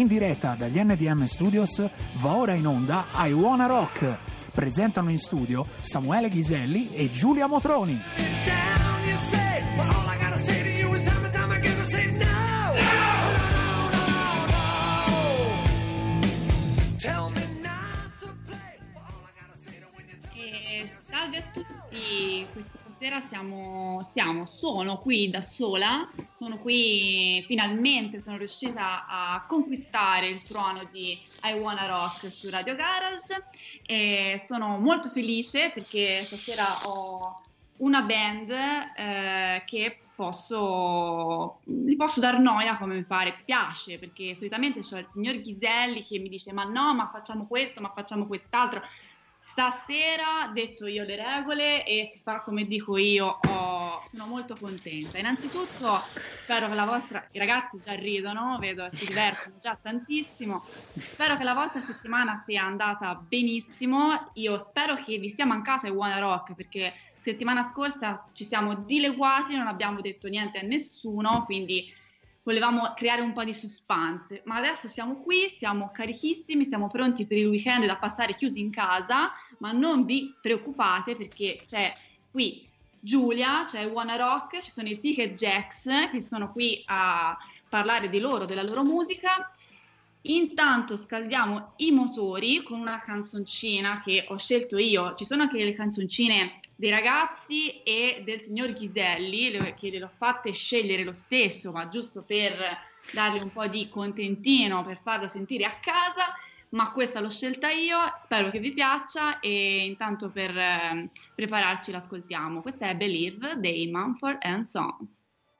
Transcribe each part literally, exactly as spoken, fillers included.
diretta dagli N D M Studios va ora in onda I Wanna Rock. Presentano in studio Samuele Ghiselli e Giulia Motroni. E salve a tutti, questa sera siamo, siamo, sono qui da sola, sono qui finalmente, sono riuscita a conquistare il trono di I Wanna Rock su Radio Garage e sono molto felice perché stasera ho una band eh, che posso, gli posso dar noia come mi pare, piace, perché solitamente c'ho il signor Ghiselli che mi dice ma no, ma facciamo questo, ma facciamo quest'altro. Stasera detto io le regole e si fa come dico io. Oh, sono molto contenta. Innanzitutto spero che la vostra, i ragazzi già ridono, vedo si divertono già tantissimo, spero che la vostra settimana sia andata benissimo. Io spero che vi sia mancato I Wanna Rock, perché settimana scorsa ci siamo dileguati, non abbiamo detto niente a nessuno, quindi volevamo creare un po' di suspense, ma adesso siamo qui, siamo carichissimi, siamo pronti per il weekend da passare chiusi in casa, ma non vi preoccupate perché c'è qui Giulia, c'è I Wanna Rock, ci sono i Pique Jacks che sono qui a parlare di loro, della loro musica. Intanto scaldiamo i motori con una canzoncina che ho scelto io. Ci sono anche le canzoncine dei ragazzi e del signor Ghiselli che le ho fatte scegliere lo stesso, ma giusto per dargli un po' di contentino, per farlo sentire a casa, ma questa l'ho scelta io, spero che vi piaccia e intanto per eh, prepararci l'ascoltiamo. Questa è Believe dei Mumford and Sons.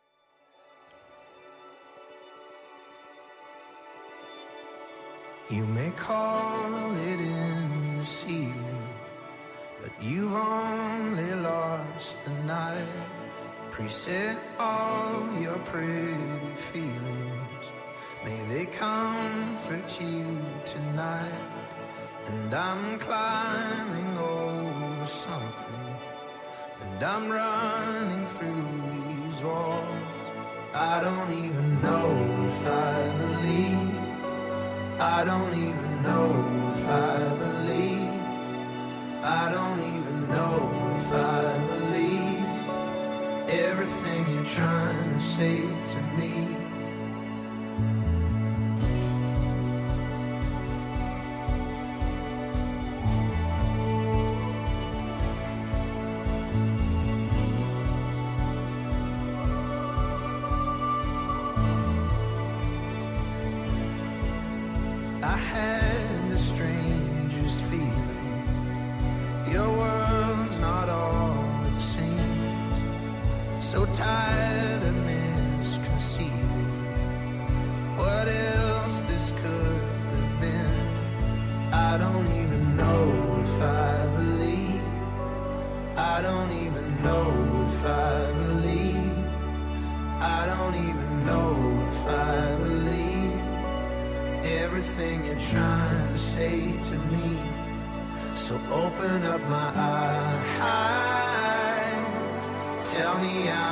You may call it in this evening, but you've only lost the night. Preset all your pretty feelings, may they comfort you tonight. And I'm climbing over something, and I'm running through these walls. I don't even know if I believe, I don't even know if I believe, I don't even know if I believe everything you're trying to say to me. I had the strangest feeling, your world's not all it seems, so tired of misconceiving what else this could have been. I don't even know if I believe, I don't even know if I believe, I don't even know if I believe everything you're trying to say to me. So open up my eyes, tell me I'm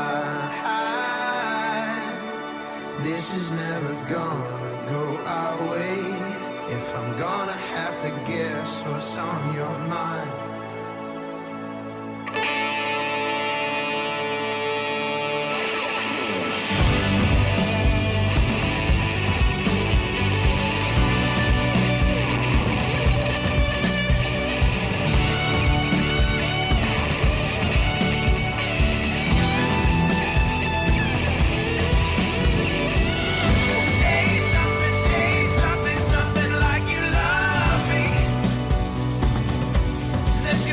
alive. This is never gonna go our way. If I'm gonna have to guess what's on your mind. There's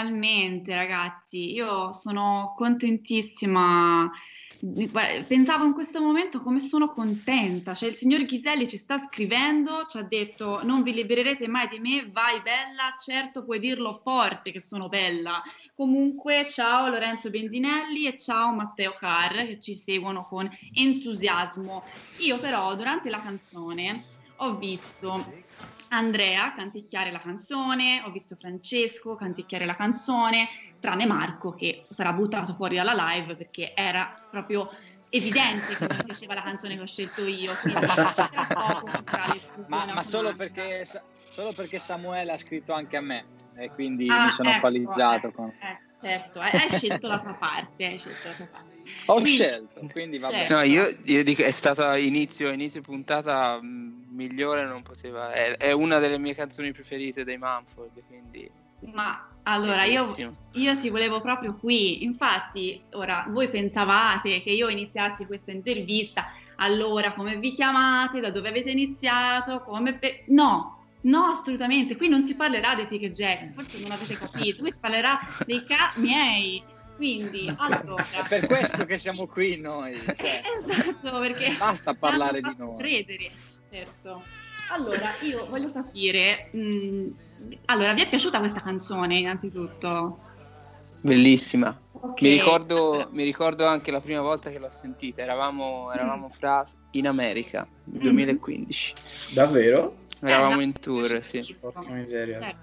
finalmente ragazzi, io sono contentissima. Pensavo in questo momento come sono contenta, cioè il signor Ghiselli ci sta scrivendo, ci ha detto non vi libererete mai di me, vai bella, certo puoi dirlo forte che sono bella. Comunque ciao Lorenzo Bendinelli e ciao Matteo Carr che ci seguono con entusiasmo. Io però durante la canzone ho visto Andrea canticchiare la canzone, ho visto Francesco canticchiare la canzone, tranne Marco che sarà buttato fuori dalla live perché era proprio evidente che non piaceva la canzone che ho scelto io, quindi era poco ma, ma solo perché solo perché Samuele ha scritto anche a me e quindi ah, mi sono ecco, qualizzato eh, con... eh, certo, hai, hai scelto la tua parte, hai scelto la tua parte. Ho Quindi, scelto, quindi va certo. bene. No, io, io dico, è stata inizio, inizio puntata mh, migliore, non poteva. È, è una delle mie canzoni preferite dei Mumford, quindi. Ma allora io, io ti volevo proprio qui. Infatti, ora voi pensavate che io iniziassi questa intervista. Allora, come vi chiamate? Da dove avete iniziato? Come pe... No. No, assolutamente, qui non si parlerà dei Pick e Jacks, forse non avete capito, qui si parlerà dei ca miei, quindi allora... È per questo che siamo qui noi, cioè. Esatto, perché... Basta parlare di noi. Credere, certo. Allora, io voglio capire, mh, allora, vi è piaciuta questa canzone innanzitutto? Bellissima. Okay. Mi ricordo, mi ricordo anche la prima volta che l'ho sentita, eravamo, eravamo mm. fra in America, nel duemilaquindici. Davvero? Eravamo eh, in tour, sì. Porca miseria. Eh.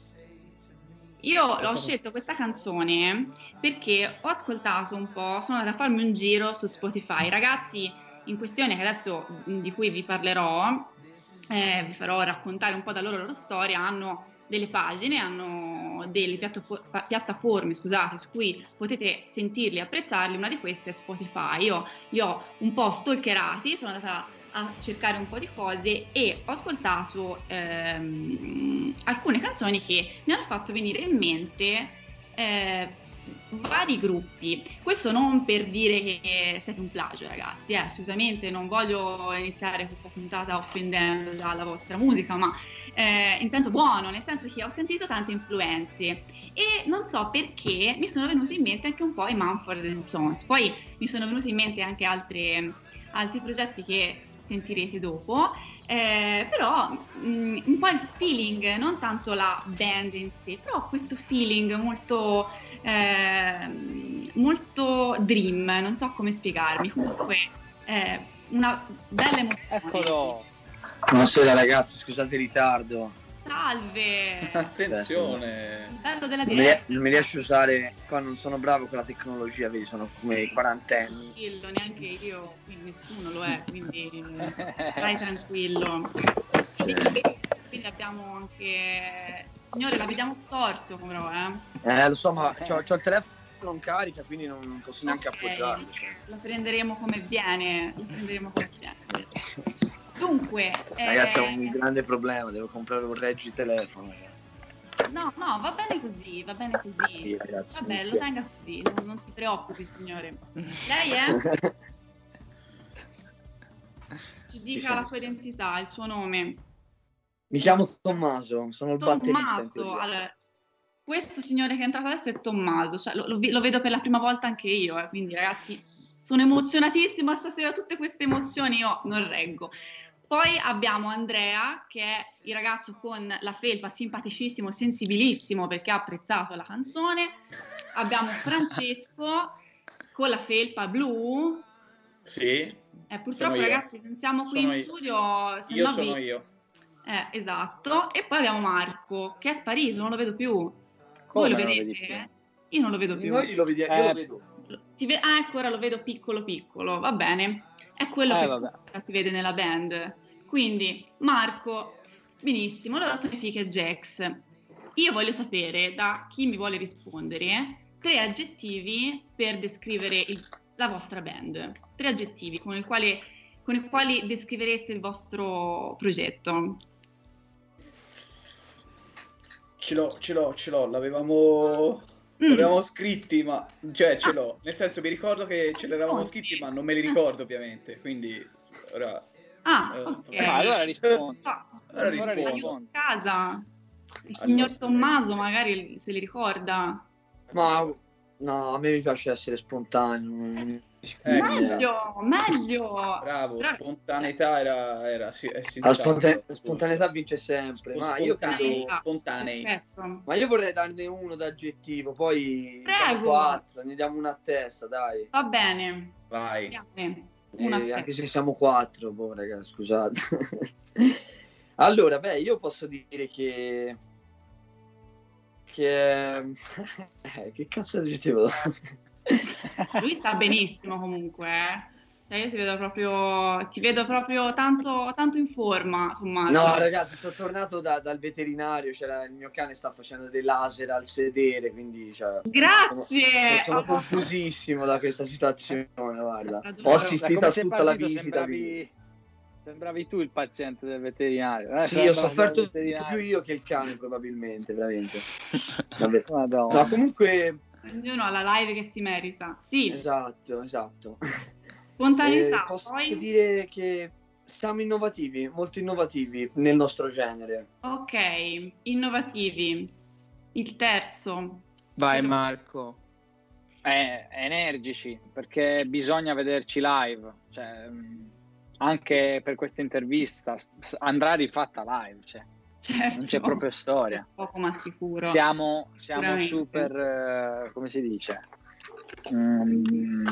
Io ho scelto questa canzone perché ho ascoltato un po', sono andata a farmi un giro su Spotify. Ragazzi in questione, che adesso di cui vi parlerò, eh, vi farò raccontare un po' la loro, loro storia, hanno delle pagine, hanno delle piattafo- piattaforme scusate, su cui potete sentirli e apprezzarli. Una di queste è Spotify. Io li ho un po' stalkerati, sono andata a cercare un po' di cose e ho ascoltato ehm, alcune canzoni che mi hanno fatto venire in mente eh, vari gruppi. Questo non per dire che siete un plagio, ragazzi, eh, assolutamente non voglio iniziare questa puntata offendendo la vostra musica, ma eh, in senso buono, nel senso che ho sentito tante influenze e non so perché mi sono venuti in mente anche un po' i Mumford and Sons, poi mi sono venuti in mente anche altre, altri progetti che sentirete dopo, eh, però mh, un po' il feeling, non tanto la band in sé, però questo feeling molto eh, molto dream, non so come spiegarmi, comunque eh, una bella emozione. Eccolo. Buonasera ragazzi, scusate il ritardo. Salve! Attenzione! Il bello della non, diretta. mi, non mi riesco a usare, qua non sono bravo con la tecnologia, vedi, sono come i quarantenni. Tranquillo, neanche io, quindi nessuno lo è, quindi stai tranquillo. Quindi abbiamo anche... Signore, la vediamo storto però, eh? Eh, lo so, ma c'ho, c'ho il telefono non carica, quindi non, non posso neanche okay. appoggiarlo. Cioè. La prenderemo come viene, la prenderemo come viene. Dunque, ragazzi, eh... ho un grande problema, devo comprare un reggi telefono. No, no, va bene così, va bene così. Sì, ragazzi, vabbè, lo tenga così, non, non ti preoccupi, signore. Lei è? Ci dica la sua identità, il suo nome. Mi chiamo Tommaso, sono il batterista in Tommaso, allora, questo signore che è entrato adesso è Tommaso, cioè, lo, lo, lo vedo per la prima volta anche io, eh, quindi ragazzi sono emozionatissima stasera, tutte queste emozioni io non reggo. Poi abbiamo Andrea, che è il ragazzo con la felpa, simpaticissimo, sensibilissimo perché ha apprezzato la canzone. Abbiamo Francesco con la felpa blu. Sì. Eh, purtroppo ragazzi non siamo qui sono in studio. Se io no sono vi... io. Eh, esatto. E poi abbiamo Marco, che è sparito, non lo vedo più. Come Voi lo non vedete? lo vedi più? Io non lo vedo più. Noi lo vediamo, eh, io lo vedo. Ti ve- ah, ecco, ora lo vedo piccolo piccolo, va bene. È quello eh, che vabbè. si vede nella band. Quindi, Marco, benissimo, loro sono i Pick e Jacks. Io voglio sapere, da chi mi vuole rispondere, tre aggettivi per descrivere il, la vostra band. Tre aggettivi con, il quale, con i quali descrivereste il vostro progetto. Ce l'ho, ce l'ho, ce l'ho, l'avevamo... Mm. L'avevamo scritti, ma cioè ce l'ho, nel senso mi ricordo che ce l'eravamo Oh, scritti, sì. ma non me li ricordo ovviamente, quindi ora Ah, eh, ok. Ah, allora rispondo. Ah, Ora Ora rispondo. rispondo. casa. Il signor Tommaso magari se li ricorda. Ma no, a me mi piace essere spontaneo. Eh, meglio, meglio. Bravo, Però- spontaneità era, era sì, è La senz'altro. sponta- spontaneità vince sempre. Ma io Spontanei, credo... spontanei. Perfetto. Ma io vorrei darne uno d'aggettivo, poi siamo Prego. quattro, ne diamo una a testa, dai. Va bene. Vai. Diamone. Eh, Una anche testa. se siamo quattro, boh, raga, scusate. Allora, beh, io posso dire che... Che... eh, che cazzo di aggettivo? Lui sta benissimo comunque, eh. Cioè, io ti vedo proprio, ti vedo proprio tanto, tanto in forma, Tommaso. No, ragazzi, sono tornato da- dal veterinario, c'era il mio cane sta facendo dei laser al sedere, quindi cioè, Grazie! sono, sono Oh, confusissimo da questa situazione, guarda. Adoro. Ho Da assistito come a sei tutta la partito visita. sembravi, sembravi tu il paziente del veterinario. Eh, Sì, io ho sembrava sofferto il veterinario. più io che il cane, probabilmente, veramente. Vabbè. Madonna. No, comunque, Ognuno ha la live che si merita. Sì, esatto, esatto. spontaneità. Eh, posso Poi, dire che siamo innovativi, molto innovativi nel nostro genere. ok, innovativi. Il terzo. Vai Marco. Eh, energici, perché bisogna vederci live. Cioè, mh, anche per questa intervista s- andrà rifatta live. Cioè, Certo. non c'è proprio storia. Poco ma sicuro. Siamo, siamo Sicuramente. super, eh, come si dice? Mm,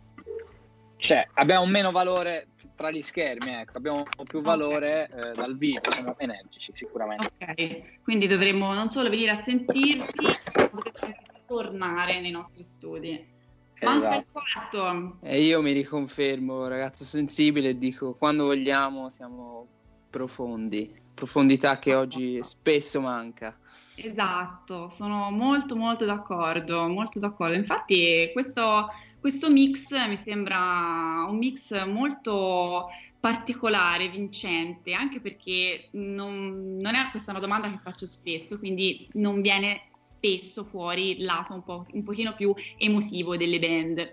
cioè, abbiamo meno valore tra gli schermi, ecco, abbiamo più valore eh, dal vivo, siamo energici sicuramente. Ok, quindi dovremmo non solo venire a sentirci, ma dovremmo anche tornare nei nostri studi. Manca il Esatto. quarto. E io mi riconfermo, ragazzo sensibile, e dico quando vogliamo siamo profondi, profondità che oggi spesso manca. Esatto, sono molto molto d'accordo, molto d'accordo. Infatti questo, questo mix mi sembra un mix molto particolare, vincente, anche perché non, non è questa una domanda che faccio spesso, quindi non viene spesso fuori il lato un po', un pochino più emotivo delle band.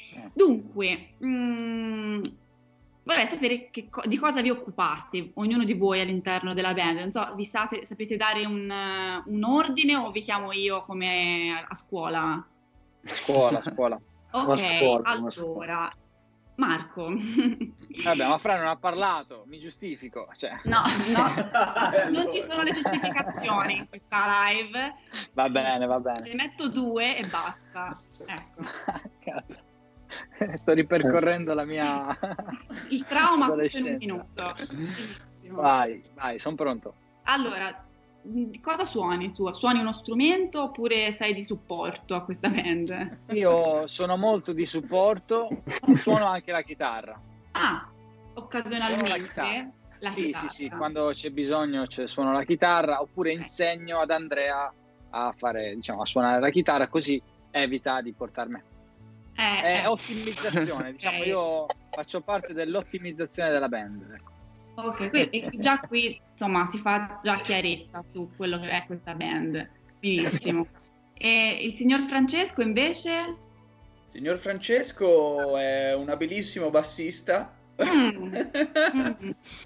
Dunque, mh, vorrei sapere che co- di cosa vi occupate, ognuno di voi all'interno della band. Non so, vi state- sapete dare un, eh, un ordine o vi chiamo io come a, a scuola? Scuola, scuola. Ok, Una scuola, una allora, scuola. Marco. Vabbè, ma Fra non ha parlato, mi giustifico. Cioè. No, no, non ci sono le giustificazioni in questa live. Va bene, va bene. Ne metto due e basta. Ecco. Cazzo. Sto ripercorrendo la mia Il trauma tutto in un adolescenza. minuto. Benissimo. Vai, vai, sono pronto. Allora, mh, cosa suoni tu? Suoni uno strumento oppure sei di supporto a questa band? Io sono molto di supporto, suono anche la chitarra. Ah, Suono la occasionalmente chitarra. la Sì, chitarra. sì, sì, quando c'è bisogno cioè, suono la chitarra oppure insegno ad Andrea a fare, diciamo, a suonare la chitarra, così evita di portarmi. Eh, È eh. ottimizzazione, diciamo, Ok. io faccio parte dell'ottimizzazione della band. Ecco. Ok, quindi già qui insomma si fa già chiarezza su quello che è questa band. Benissimo. E il signor Francesco invece? Signor Francesco è un abilissimo bassista. Mm. Mm.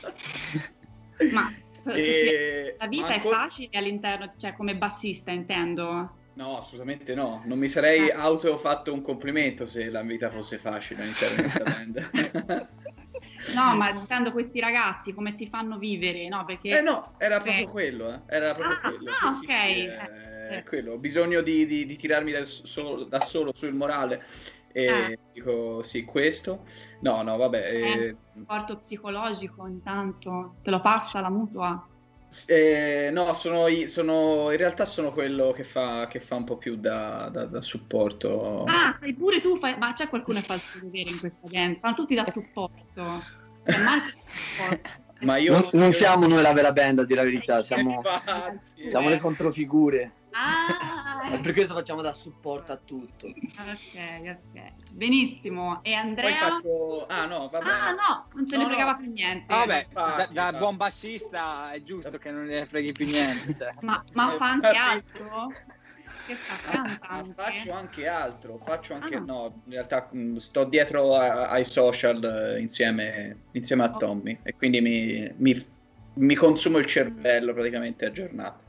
Ma E la vita manco- è facile all'interno, cioè come bassista intendo? No, assolutamente no. Non mi sarei Eh. auto fatto un complimento se la vita fosse facile all'interno di questa band. No, ma intendo questi ragazzi come ti fanno vivere, no? Perché Eh no, era proprio Eh. quello, eh. Era proprio Ah, quello. ah, Sì, sì, ok. sì, Eh. è quello. Ho bisogno di, di- di tirarmi da solo, da solo sul morale. E Ah. dico sì, questo. No, no, vabbè. Eh. eh, supporto psicologico intanto te lo passa la mutua? S- eh, no, sono, i- sono- in realtà sono quello che fa, che fa un po' più da, da- da supporto. Ah, sai pure tu, fai... ma c'è qualcuno che fa il suo dovere in questa band? Fanno tutti da supporto. Cioè, Marco fa supporto. Ma io Non, non siamo noi la vera band, a dire la verità, siamo, Infatti. siamo le controfigure. Ah, E per questo facciamo da supporto a tutto. ok, ok. Benissimo. E Poi Andrea? faccio... Ah no, vabbè. Ah, no, non ce ne No, fregava no. più niente. Ah, vabbè, Infatti, da, da infatti. buon bassista è giusto che non ne freghi più niente. Cioè. Ma, ma Eh, fa anche infatti- altro? Che fa? Canta Ma anche? faccio anche altro, faccio anche... Ah. No, in realtà mh, sto dietro a- ai social eh, insieme, insieme a Oh. Tommy e quindi mi, mi- mi consumo il cervello praticamente a giornata.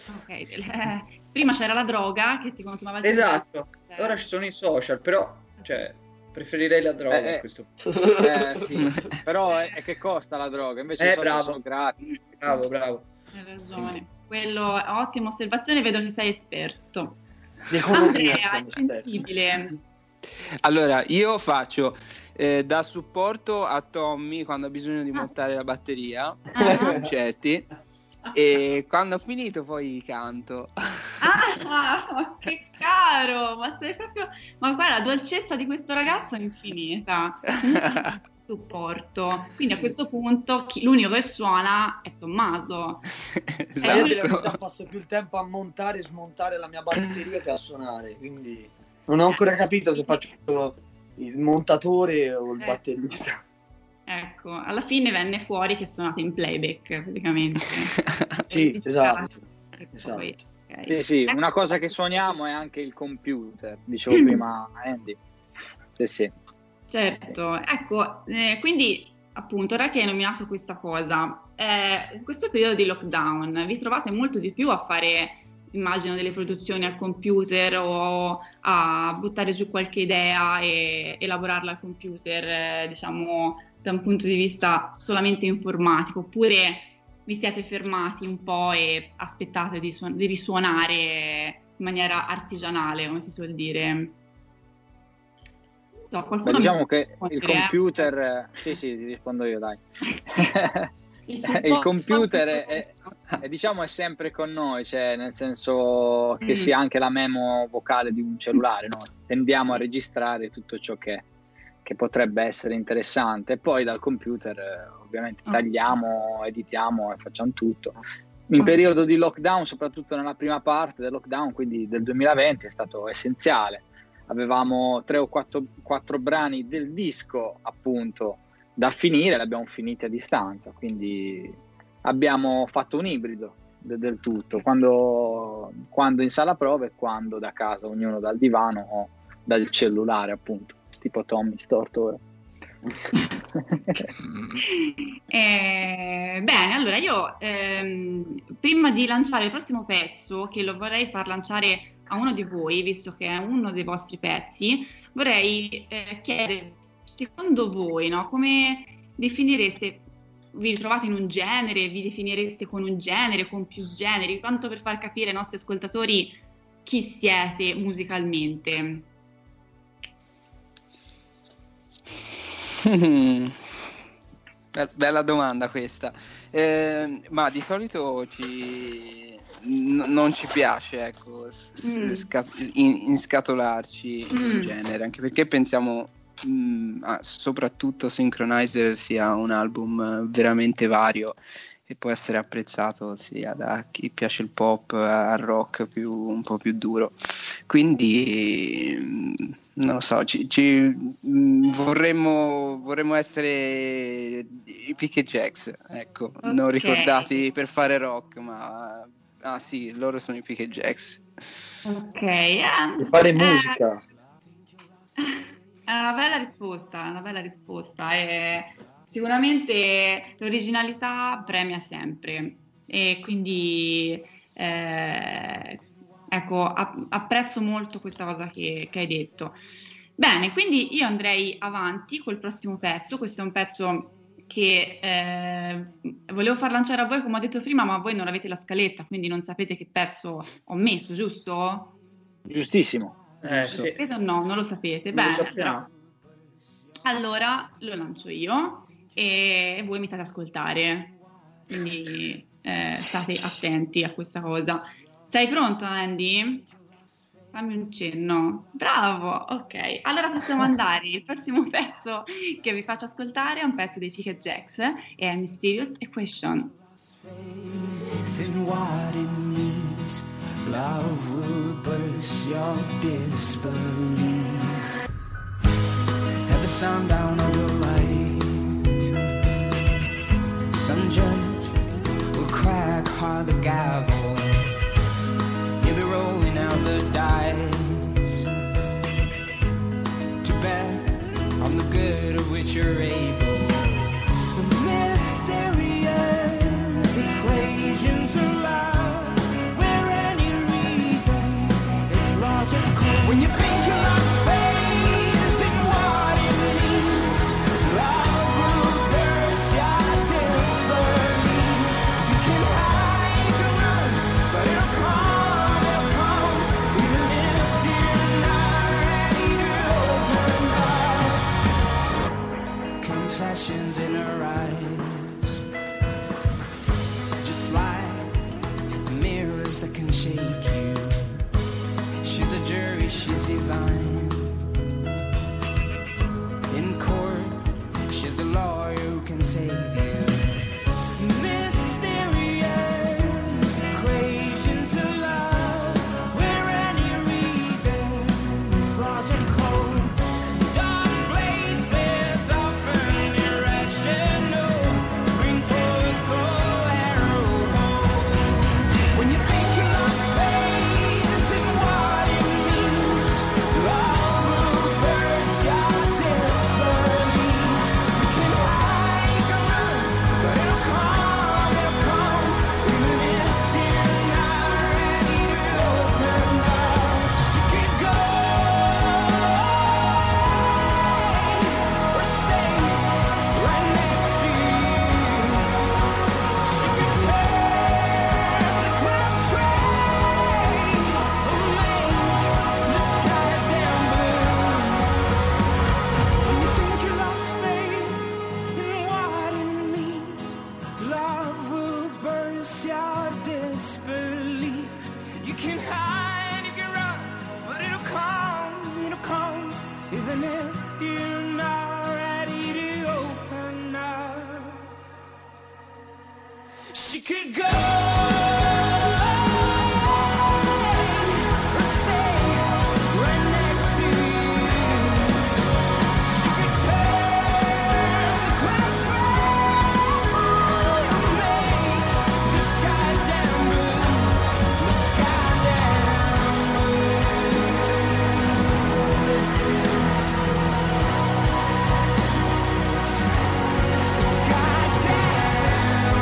Ok, eh, prima c'era la droga che ti consumava il Esatto, cervello. ora ci sono i social, però cioè, preferirei la droga Eh, a questo punto. Eh, sì. Però è, è che costa la droga, invece Eh, i social bravo. sono gratis. Bravo, bravo. Hai ragione. Quello è ottima osservazione, vedo che sei esperto. Di economia Andrea, siamo è esperti. sensibile. Allora, io faccio eh, da supporto a Tommy quando ha bisogno di Ah. montare la batteria, Ah. concerti, e quando ho finito poi canto. Ah, che caro! Ma sei proprio. Ma guarda, la dolcezza di questo ragazzo è infinita. Supporto. Quindi a questo punto chi- l'unico che suona è Tommaso. Ma io Eh, di la io- verità passo più il tempo a montare e smontare la mia batteria che a suonare, quindi non ho ancora capito se faccio il montatore o il Eh. batterista. Ecco, alla fine venne fuori che suonate in playback praticamente. Sì, E esatto. poi, Esatto. ok. Sì, sì, Ecco, una cosa che suoniamo è anche il computer, dicevo prima Andy. Sì, sì. Certo, ecco, eh, quindi appunto, ora che hai nominato questa cosa, eh, in questo periodo di lockdown vi trovate molto di più a fare, immagino, delle produzioni al computer o a buttare giù qualche idea e elaborarla al computer, eh, diciamo, da un punto di vista solamente informatico, oppure vi siete fermati un po' e aspettate di, suon- di risuonare in maniera artigianale, come si suol dire? No, Beh, qualcuno diciamo mi che può il rispondere, eh? computer, eh, sì, sì, ti rispondo io, dai. Il Il supporto- computer è, è- è, diciamo, è sempre con noi, cioè nel senso che Mm. sia anche la memo vocale di un cellulare, no? Tendiamo a registrare tutto ciò che, che potrebbe essere interessante, e poi dal computer eh, ovviamente Ok. tagliamo, editiamo e facciamo tutto. In Ok. periodo di lockdown, soprattutto nella prima parte del lockdown, quindi del duemilaventi, è stato essenziale. Avevamo tre o quattro, quattro brani del disco appunto da finire, li abbiamo finiti a distanza, quindi abbiamo fatto un ibrido de- del tutto, quando, quando in sala prove e quando da casa, ognuno dal divano o dal cellulare appunto, tipo Tommy storto ora. Eh, bene, allora io ehm, prima di lanciare il prossimo pezzo, che lo vorrei far lanciare a uno di voi, visto che è uno dei vostri pezzi, vorrei eh, chiedere, secondo voi, no, come definireste, vi ritrovate in un genere, vi definireste con un genere, con più generi, tanto per far capire ai nostri ascoltatori chi siete musicalmente? Be- Bella domanda questa. Eh, ma di solito ci... n- non ci piace, ecco, s- s- Mm. sca- in- inscatolarci in Mm. genere, anche perché pensiamo mm, ah, soprattutto Synchronizer sia un album eh, veramente vario e può essere apprezzato sia da chi piace il pop al rock più, un po' più duro. Quindi mm, non lo so, ci, ci- mm, vorremmo, vorremmo essere i Pick e Jacks, ecco, non Ok. ricordati per fare rock, ma ah sì, loro sono i Pick e Jacks. Ok, eh, E fare eh, musica. È una bella risposta, è una bella risposta. E sicuramente l'originalità premia sempre e quindi eh, ecco, app- apprezzo molto questa cosa che, che hai detto. Bene, quindi io andrei avanti col prossimo pezzo. Questo è un pezzo che eh, volevo far lanciare a voi, come ho detto prima, ma voi non avete la scaletta, quindi non sapete che pezzo ho messo, giusto? Giustissimo. Eh, sì. Sapete o no? Non lo sapete? Non lo Bene, sappiamo. allora lo lancio io e voi mi state ad ascoltare, quindi eh, state attenti a questa cosa. Sei pronto, Andy? Fammi un cenno. Bravo, ok. Allora possiamo andare. Il prossimo pezzo che vi faccio ascoltare è un pezzo dei Pick e Jacks e è Mysterious Equation. Faith in what it means, love will burst your disbelief. At the sound down of your light, some judge will crack hard the gavel. You'll be rolling out the dice to bet on the good of which you're able. The mysterious equations of love will When you think you lost faith in what it means, love will burst your disbelief. You can hide, you can run, but it'll come, it'll come, even if you're not ready to open up. Confessions in her eyes, just like mirrors that can shake you. She's the jury, she's divine. In court, she's the lawyer who can save you. Mysterious equations of love, where any reason is logical. Dark places often irrational, bring forth coherent hope. When you think you lost faith in what it means, love will burst your disbelief. You can hide, you can run, but it'll come, it'll come, even if you're not ready to open up. She could go or stay right next to you. She could turn the clouds gray or make the sky damn blue. When you think you lost faith in what it means, love will burst your disbelief. You can hide, you can run, but it'll come, it'll come, even if you're not ready to open up. She could go or stay right next to you. She could turn the clouds gray or make the sky damn blue, the sky damn blue. The sky damn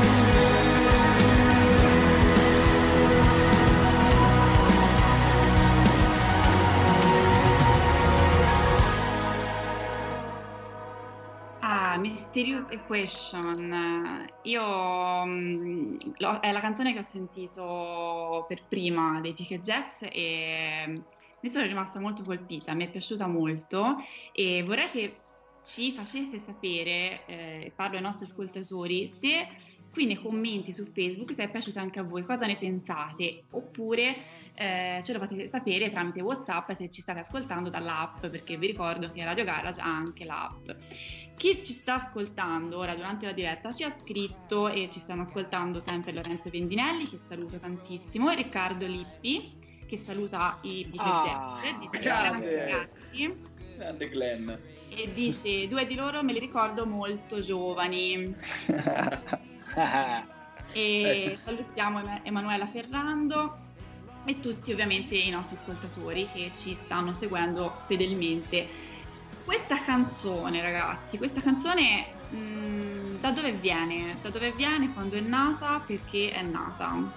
Ah, Mysterious Equation. Io mm, l'ho- è la canzone che ho sentito per prima dei Peak Jazz e mm, ne sono rimasta molto colpita, mi è piaciuta molto e vorrei che ci faceste sapere, eh, parlo ai nostri ascoltatori, se qui nei commenti su Facebook se è piaciuta anche a voi, cosa ne pensate, oppure eh, ce lo fate sapere tramite WhatsApp se ci state ascoltando dall'app, perché vi ricordo che Radio Garage ha anche l'app. Chi ci sta ascoltando ora durante la diretta ci ha scritto e ci stanno ascoltando sempre Lorenzo Vendinelli, che saluto tantissimo, e Riccardo Lippi, che saluta i Big Ah, Jet, dice grande. grandi ragazzi, Grande Glenn. e dice due di loro me li ricordo molto giovani. E Eh sì. salutiamo Em- Emanuela Ferrando e tutti ovviamente i nostri ascoltatori che ci stanno seguendo fedelmente. Questa canzone, ragazzi, questa canzone mh, da dove viene? Da dove viene? Quando è nata? Perché è nata?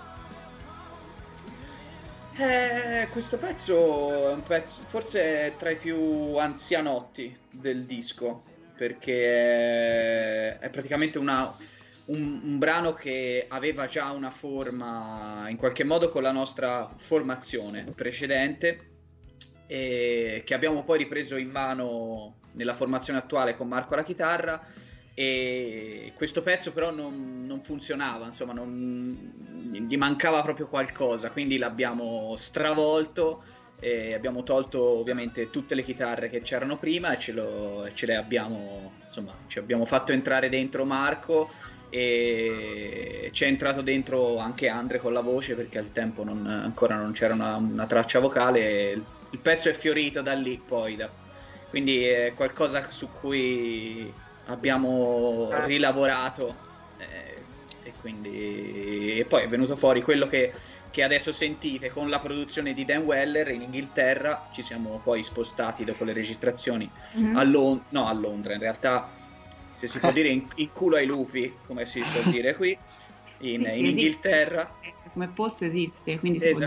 Eh, questo pezzo è un pezzo forse è tra i più anzianotti del disco, perché è, è praticamente una, un, un brano che aveva già una forma in qualche modo con la nostra formazione precedente e che abbiamo poi ripreso in mano nella formazione attuale con Marco alla chitarra, e questo pezzo però non, non funzionava, insomma non, gli mancava proprio qualcosa, quindi l'abbiamo stravolto e abbiamo tolto ovviamente tutte le chitarre che c'erano prima e ce, lo, ce le abbiamo, insomma ci abbiamo fatto entrare dentro Marco e c'è entrato dentro anche Andre con la voce, perché al tempo non, ancora non c'era una, una traccia vocale e il pezzo è fiorito da lì poi da, quindi è qualcosa su cui abbiamo rilavorato eh, e quindi e poi è venuto fuori quello che, che adesso sentite con la produzione di Dan Weller in Inghilterra. Ci siamo poi spostati dopo le registrazioni Mhm. a, Lon- no, a Londra, in realtà se si può dire in, in culo ai lupi, come si può dire qui in, Sì, sì, in Inghilterra. esiste. Come posto esiste, quindi si può Esa- dire.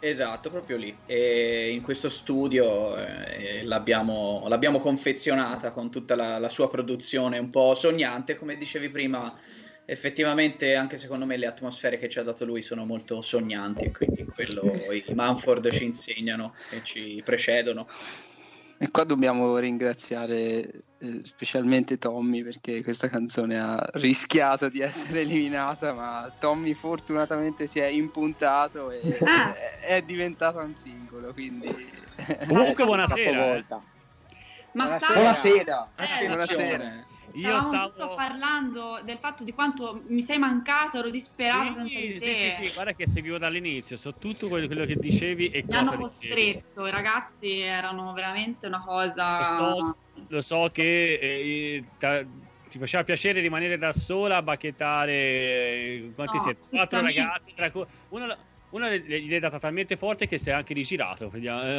Esatto, proprio lì. E in questo studio eh, l'abbiamo, l'abbiamo confezionata con tutta la, la sua produzione un po' sognante, come dicevi prima. Effettivamente anche secondo me le atmosfere che ci ha dato lui sono molto sognanti, quindi quello i Mumford ci insegnano e ci precedono. E qua dobbiamo ringraziare eh, specialmente Tommy, perché questa canzone ha rischiato di essere eliminata, ma Tommy fortunatamente si è impuntato e Ah. è, è diventato un singolo, quindi Comunque Eh, buonasera, eh. capovolta. Ma Buonasera. stavo- Buonasera. Eh, buonasera. Io stavamo stavo... tutto parlando del fatto di quanto mi sei mancato, ero disperata senza Sì, di sì, te. sì, sì, guarda che seguivo dall'inizio, so tutto quello, quello che dicevi e Mi hanno cosa dicevi. costretto, i ragazzi erano veramente una cosa... Lo so, lo so che eh, ta- ti faceva piacere rimanere da sola a bacchettare. eh, Quanti No, siete? Quattro giustamente. ragazzi. Tra cui- uno, uno gli è data talmente forte che si è anche rigirato. Vediamo.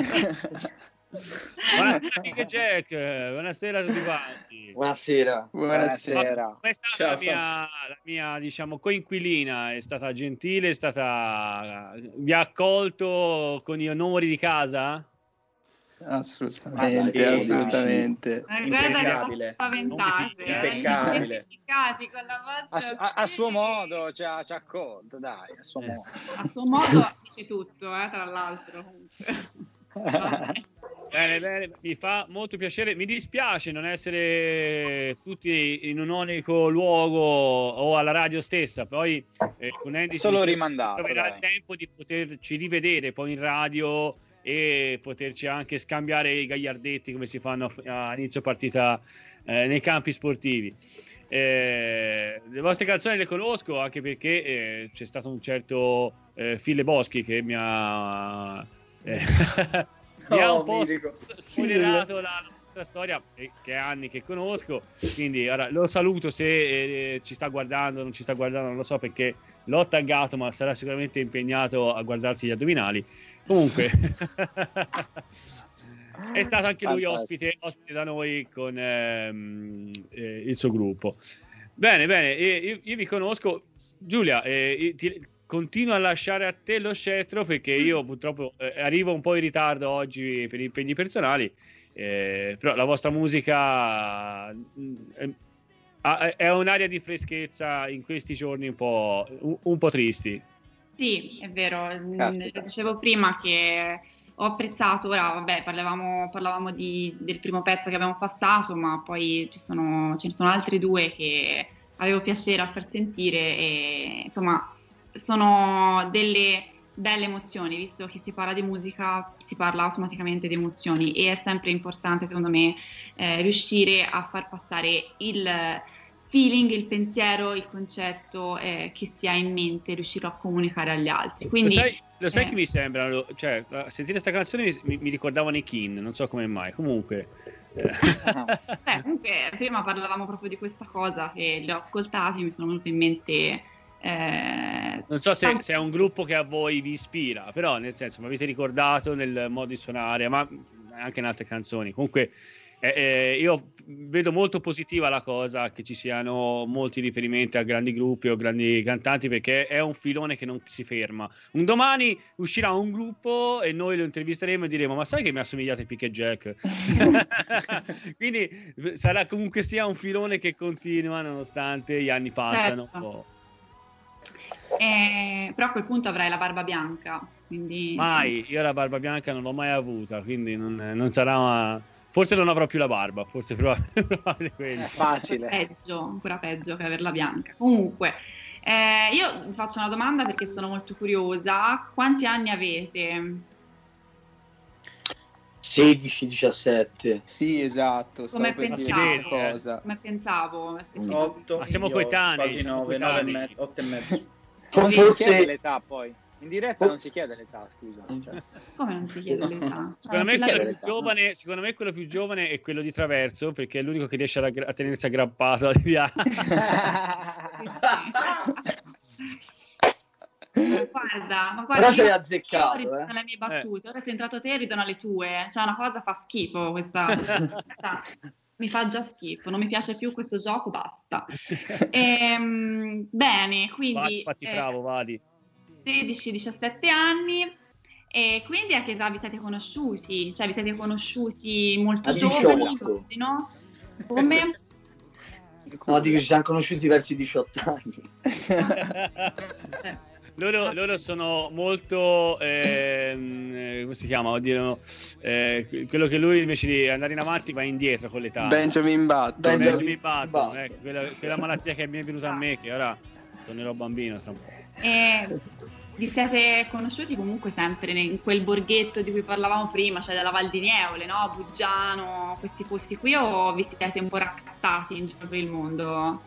Buonasera, Big Jack. Buonasera a tutti quanti. Buonasera. Buonasera. Come è stata Ciao, la mia, la mia, diciamo, coinquilina? È stata gentile? È stata... Vi ha accolto con gli onori di casa? assolutamente, Sì, assolutamente. Eh, guarda che Impeccabile. spaventate, eh. Impeccabile. Impeccati con la A, vostra... su- a- a suo modo ci ha, ci ha accolto, dai, a suo Eh. modo. A suo modo dice tutto, eh, tra l'altro. Vabbè. Bene, bene, mi fa molto piacere. Mi dispiace non essere tutti in un unico luogo o alla radio stessa. Poi eh, con Andy Solo ci rimandato, troverà dai. il tempo di poterci rivedere poi in radio e poterci anche scambiare i gagliardetti come si fanno a, a inizio partita eh, nei campi sportivi. Eh, le vostre canzoni le conosco anche perché eh, c'è stato un certo eh, Fille Boschi che mi ha eh, mi ha Oh, un po' mitico. spoilerato la nostra storia eh, che è anni che conosco, quindi ora lo saluto se eh, ci sta guardando, non ci sta guardando, non lo so perché l'ho taggato, ma sarà sicuramente impegnato a guardarsi gli addominali. Comunque è stato anche lui ospite, ospite da noi con ehm, eh, il suo gruppo. Bene, bene, e io, io vi conosco. Giulia, eh, ti, continuo a lasciare a te lo scettro perché io purtroppo eh, arrivo un po' in ritardo oggi per impegni personali, eh, però la vostra musica eh, è un'aria di freschezza in questi giorni un po', un, un po' tristi. Sì, è vero. Caspita. Dicevo prima che ho apprezzato, ora vabbè, parlavamo, parlavamo di, del primo pezzo che abbiamo passato, ma poi ci sono, ce ne sono altri due che avevo piacere a far sentire e insomma sono delle belle emozioni, visto che si parla di musica si parla automaticamente di emozioni e è sempre importante secondo me eh, riuscire a far passare il feeling, il pensiero, il concetto eh, che si ha in mente, riuscirlo a comunicare agli altri. Quindi, lo sai, lo sai eh, che mi sembrano, cioè a sentire questa canzone mi, mi, mi ricordavano i Kin, non so come mai, comunque eh. Beh, comunque prima parlavamo proprio di questa cosa che li ho ascoltati, mi sono venuti in mente eh, non so se, tanti- se è un gruppo che a voi vi ispira, però nel senso mi avete ricordato nel modo di suonare, ma anche in altre canzoni. Comunque eh, eh, io vedo molto positiva la cosa che ci siano molti riferimenti a grandi gruppi o grandi cantanti, perché è un filone che non si ferma. Un domani uscirà un gruppo e noi lo intervisteremo e diremo: ma sai che mi assomigliate a Pick e Jack? Quindi sarà comunque sia un filone che continua nonostante gli anni passano. Certo. Eh, però a quel punto avrai la barba bianca, quindi Mai, io la barba bianca non l'ho mai avuta, quindi non, non sarà una... forse non avrò più la barba, forse è probabile, probabile quello. È facile. peggio, ancora peggio che averla bianca. Comunque, eh, io vi faccio una domanda perché sono molto curiosa. Quanti anni avete? sedici diciassette. Sì, esatto, stavo Come per dire pensavo. questa cosa. Come pensavo? otto, Ma siamo io coetanei, quasi siamo nove, nove e coetanei. mezzo, otto e mezzo. Non si chiede Forse l'età poi. In diretta non si chiede l'età, scusa. Cioè, Come non si chiede l'età? Secondo me, Ah, ce quello l'avete? più giovane, secondo me quello più giovane è quello di Traverso, perché è l'unico che riesce a, a tenersi aggrappato di là. Guarda, ma guarda, Però sei io- azzeccato, io rido eh. alle mie battute. Ora sei entrato te e ridono alle tue. Cioè, una cosa fa schifo questa. questa- Mi fa già schifo, non mi piace più questo gioco, basta. Ehm, bene, Vadi, quindi fatti eh, bravo, vadi. sedici diciassette anni. E quindi a che età vi siete conosciuti? Cioè vi siete conosciuti molto A giovani, diciotto. no? Come? No, dico, ci siamo conosciuti verso i diciotto anni. loro, loro sono molto ehm, come si chiama? Oddio, eh, quello che lui invece di andare in avanti va indietro con l'età. Benjamin Button. Benjamin Benjamin Button, Button. ecco, quella, quella malattia che mi è venuta a me, che ora tornerò bambino tra un po'. E vi siete conosciuti comunque sempre in quel borghetto di cui parlavamo prima, cioè dalla Val di Nieole, no? Buggiano, questi posti qui, o vi siete un po' raccattati in giro per il mondo?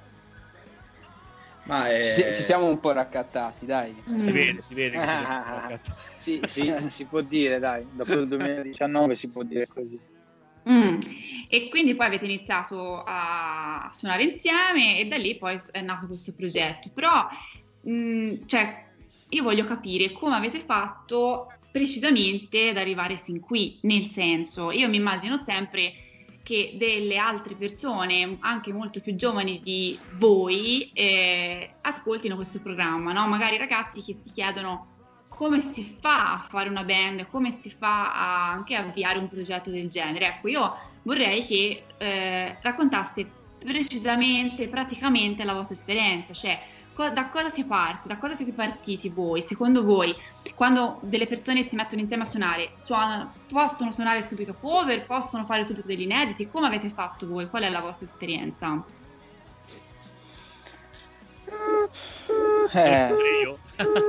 Ma è... Ci, ci siamo un po' raccattati, dai. Si vede, si vede che siete Ah, raccattati. sì, sì, si può dire, dai, dopo il duemiladiciannove si può dire così. Mm. E quindi poi avete iniziato a suonare insieme e da lì poi è nato questo progetto. Però, mm, cioè, io voglio capire come avete fatto precisamente ad arrivare fin qui, nel senso, io mi immagino sempre che delle altre persone, anche molto più giovani di voi, eh, ascoltino questo programma, no? Magari ragazzi che si chiedono come si fa a fare una band, come si fa a anche avviare un progetto del genere. Ecco, io vorrei che eh, raccontaste precisamente, praticamente la vostra esperienza, cioè co- da cosa si parte, da cosa siete partiti voi, secondo voi, quando delle persone si mettono insieme a suonare, suonano, possono suonare subito cover, possono fare subito degli inediti, come avete fatto voi, qual è la vostra esperienza? Se lo Eh. io.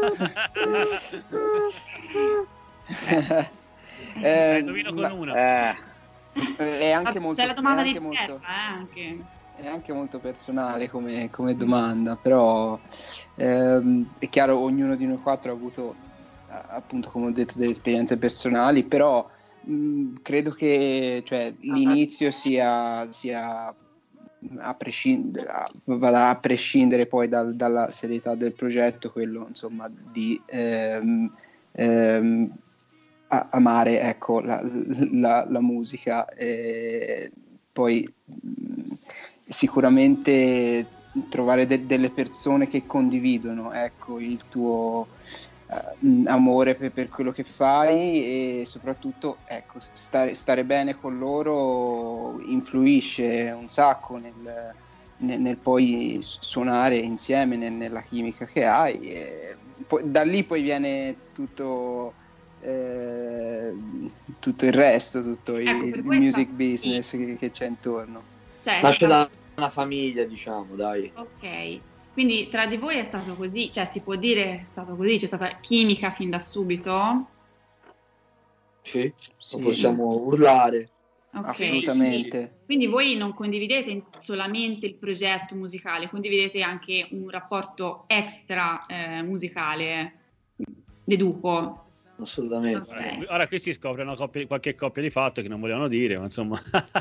Eh, Eh, indovino con ma- una. Eh, è anche molto, C'è la domanda è di anche molto, terra, eh, anche. è anche molto personale come, come domanda, però ehm, è chiaro, ognuno di noi quattro ha avuto, a- appunto, come ho detto, delle esperienze personali, però mh, credo che, cioè, l'inizio sia, sia a prescindere, a- vada a prescindere poi dal- dalla serietà del progetto, quello insomma di ehm, ehm, a- amare, ecco, la, la- la musica, e poi mh, sicuramente trovare de- delle persone che condividono, ecco, il tuo eh, amore per, per quello che fai, e soprattutto, ecco, stare, stare bene con loro influisce un sacco nel, nel, nel poi suonare insieme, nel- nella chimica che hai, e poi, da lì poi viene tutto eh, tutto il resto, tutto il, Ecco, per il voi è music stato- business che, che c'è intorno. Cioè, è Nasce stato- da una famiglia, diciamo, dai. Ok, quindi tra di voi è stato così, cioè si può dire che è stato così, c'è stata chimica fin da subito? Sì, Sì, non possiamo urlare. Ok. assolutamente. Quindi voi non condividete solamente il progetto musicale, condividete anche un rapporto extra eh, musicale, deduco. Assolutamente. Ok. Ora qui si scopre una coppia- qualche coppia di fatto che non volevano dire, ma insomma.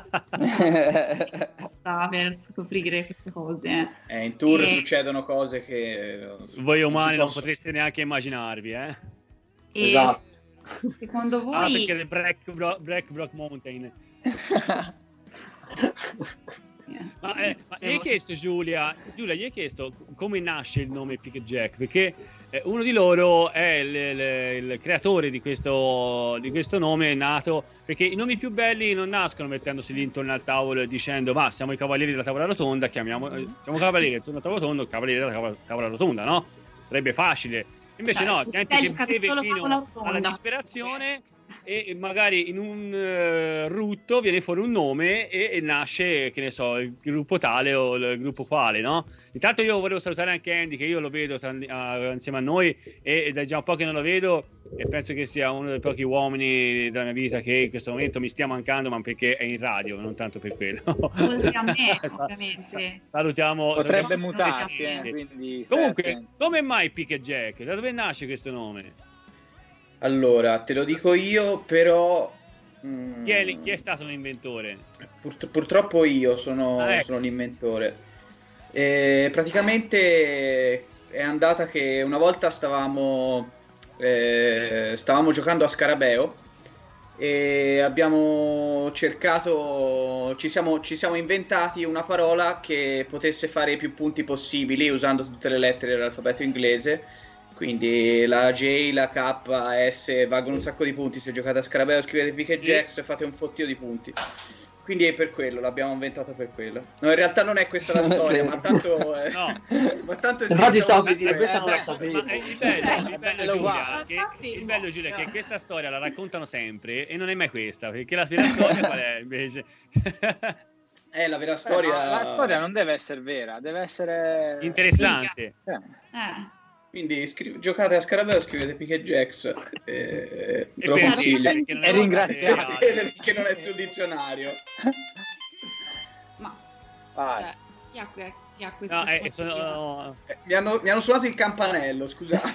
Sta per scoprire queste cose. Eh, in tour E- succedono cose che Voi umani si non possono- potreste neanche immaginarvi, eh? E Esatto. secondo Ah, voi... perché le Black, Bro- Black Block Mountain. Ma, eh, ma gli hai chiesto, Giulia, Giulia, gli hai chiesto come nasce il nome Pick Jack? Perché eh, uno di loro è il, il- il creatore di questo, di questo nome, è nato perché i nomi più belli non nascono mettendosi lì intorno al tavolo e dicendo ma siamo i cavalieri della tavola rotonda, chiamiamo, eh, siamo cavalieri intorno al tavolo rotondo, cavalieri della tavola, tavola rotonda, no? Sarebbe facile. Invece Cioè, no, su gente te che giocate beve solo fino tavola rotonda. alla disperazione e magari in un eh, rutto viene fuori un nome e, e nasce, che ne so, il gruppo tale o il gruppo quale, no? Intanto io volevo salutare anche Andy, che io lo vedo tra- a- insieme a noi e, ed è già un po' che non lo vedo e penso che sia uno dei pochi uomini della mia vita che in questo momento mi stia mancando, ma perché è in radio, non tanto per quello. Oltre a me, Sa- ovviamente. Salutiamo. potrebbe salutiamo- mutarsi, eh, quindi stai Comunque, attento. come mai Pick Jack? Da dove nasce questo nome? Allora, te lo dico io, però mm, Chi è, chi è stato l'inventore? pur- purtroppo io sono, Ah, ecco. sono l'inventore. E praticamente è andata che una volta stavamo eh, stavamo giocando a Scarabeo e abbiamo cercato, ci siamo, ci siamo inventati una parola che potesse fare i più punti possibili usando tutte le lettere dell'alfabeto inglese. Quindi la J, la K, la S valgono un sacco di punti. Se giocate a Scarabeo scrivete Pick e Sì. Jacks e fate un fottio di punti. Quindi è per quello, l'abbiamo inventato per quello. No, in realtà non è questa la storia, ma tanto è... No. ma tanto è Infatti scritto stavo così. per dire, questa non la Ma sapevo. è il bello, il bello, Bello Giulia, uguale. che, Infatti, il bello no. Giulia è che questa storia la raccontano sempre e non è mai questa, perché la vera storia qual è invece? Eh, la vera Eh, storia... ma la storia non deve essere vera, deve essere Interessante. Eh. Eh. Quindi scri- giocate a Scarabeo, scrivete Pick e Jacks. Eh, ve lo per consiglio. dire, perché non E è ringraziate. Perché non è sul dizionario. Ma Vai. cioè, chi ha, que- chi ha questa No, eh, responsabilità? sono... Eh, Mi hanno, mi hanno suonato il campanello, scusate.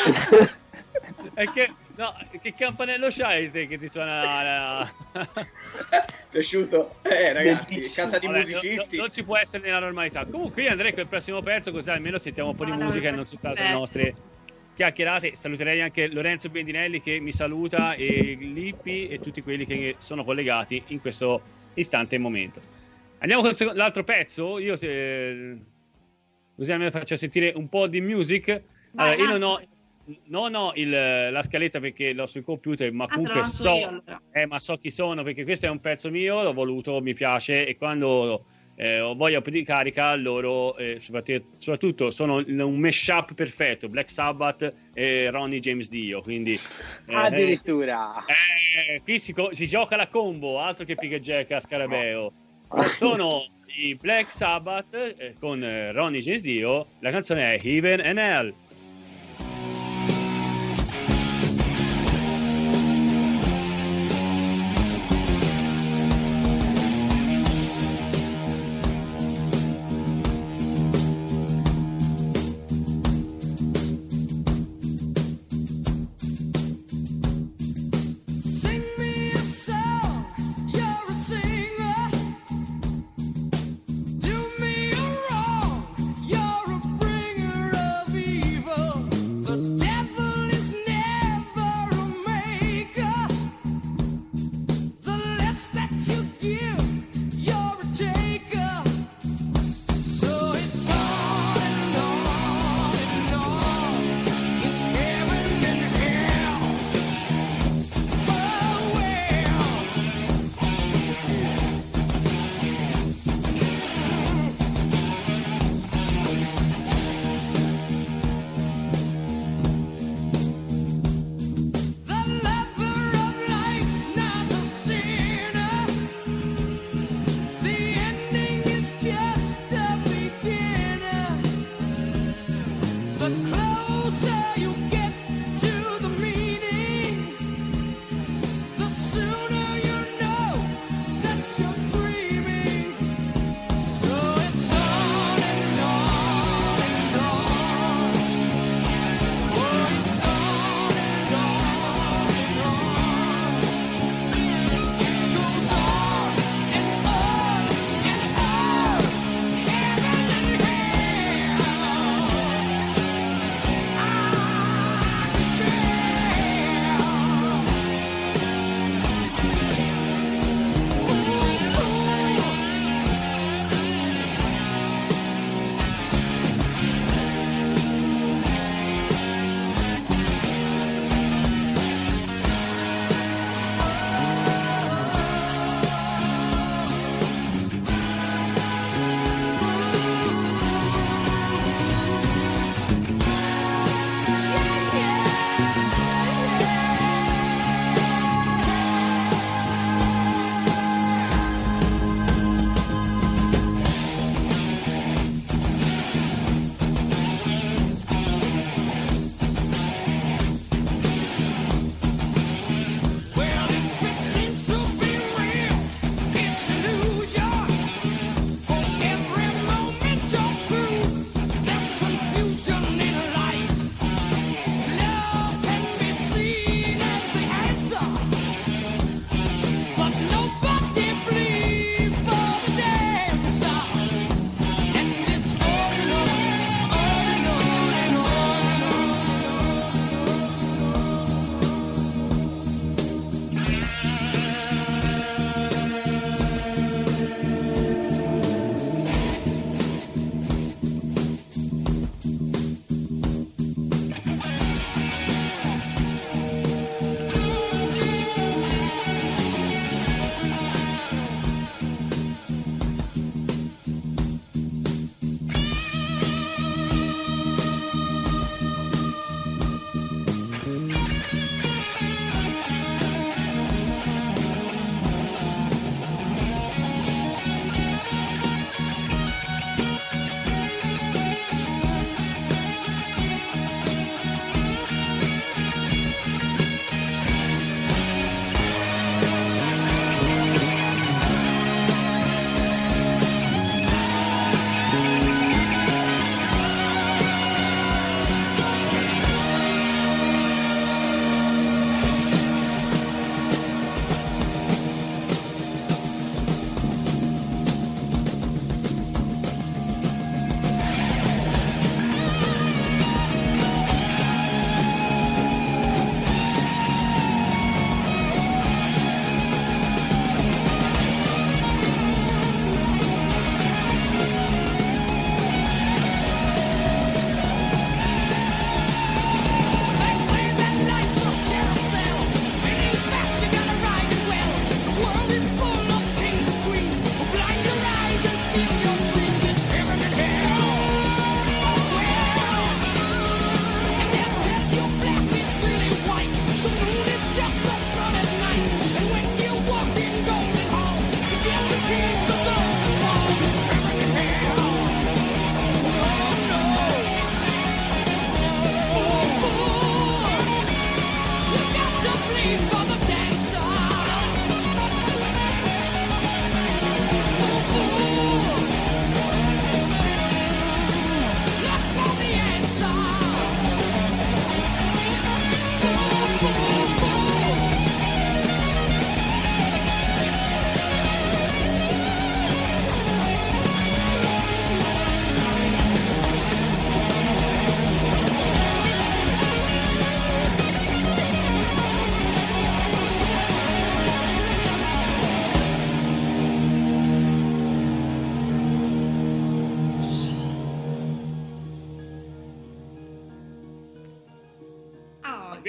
È che, no, che campanello c'hai te che ti suona la... Piaciuto? Eh, ragazzi, Bellissimo. casa di Vabbè, musicisti. non, non si può essere nella normalità. Comunque io andrei col prossimo pezzo, così almeno sentiamo un po' di Vado musica e al non soltanto le pezzo. nostre chiacchierate. Saluterei anche Lorenzo Bendinelli che mi saluta, e Lippi e tutti quelli che sono collegati in questo istante e momento. Andiamo con il secondo- l'altro pezzo. Io se... così almeno faccio sentire un po' di music. Allora, io non ho, non ho il, la scaletta perché l'ho sul computer, ma Ah, te lo comunque lancio so, io, allora. eh, ma so chi sono, perché questo è un pezzo mio, l'ho voluto, mi piace, e quando eh, ho voglia di carica loro, eh, soprattutto, soprattutto sono un mashup perfetto, Black Sabbath e Ronnie James Dio, quindi eh, Addirittura. eh, qui si, co- si gioca la combo, altro che Pick e Jack a Scarabeo. Sono i Black Sabbath eh, con eh, Ronnie James Dio, la canzone è Heaven and Hell. Sing me a song, you're a singer. Do me a wrong, you're a bringer of evil.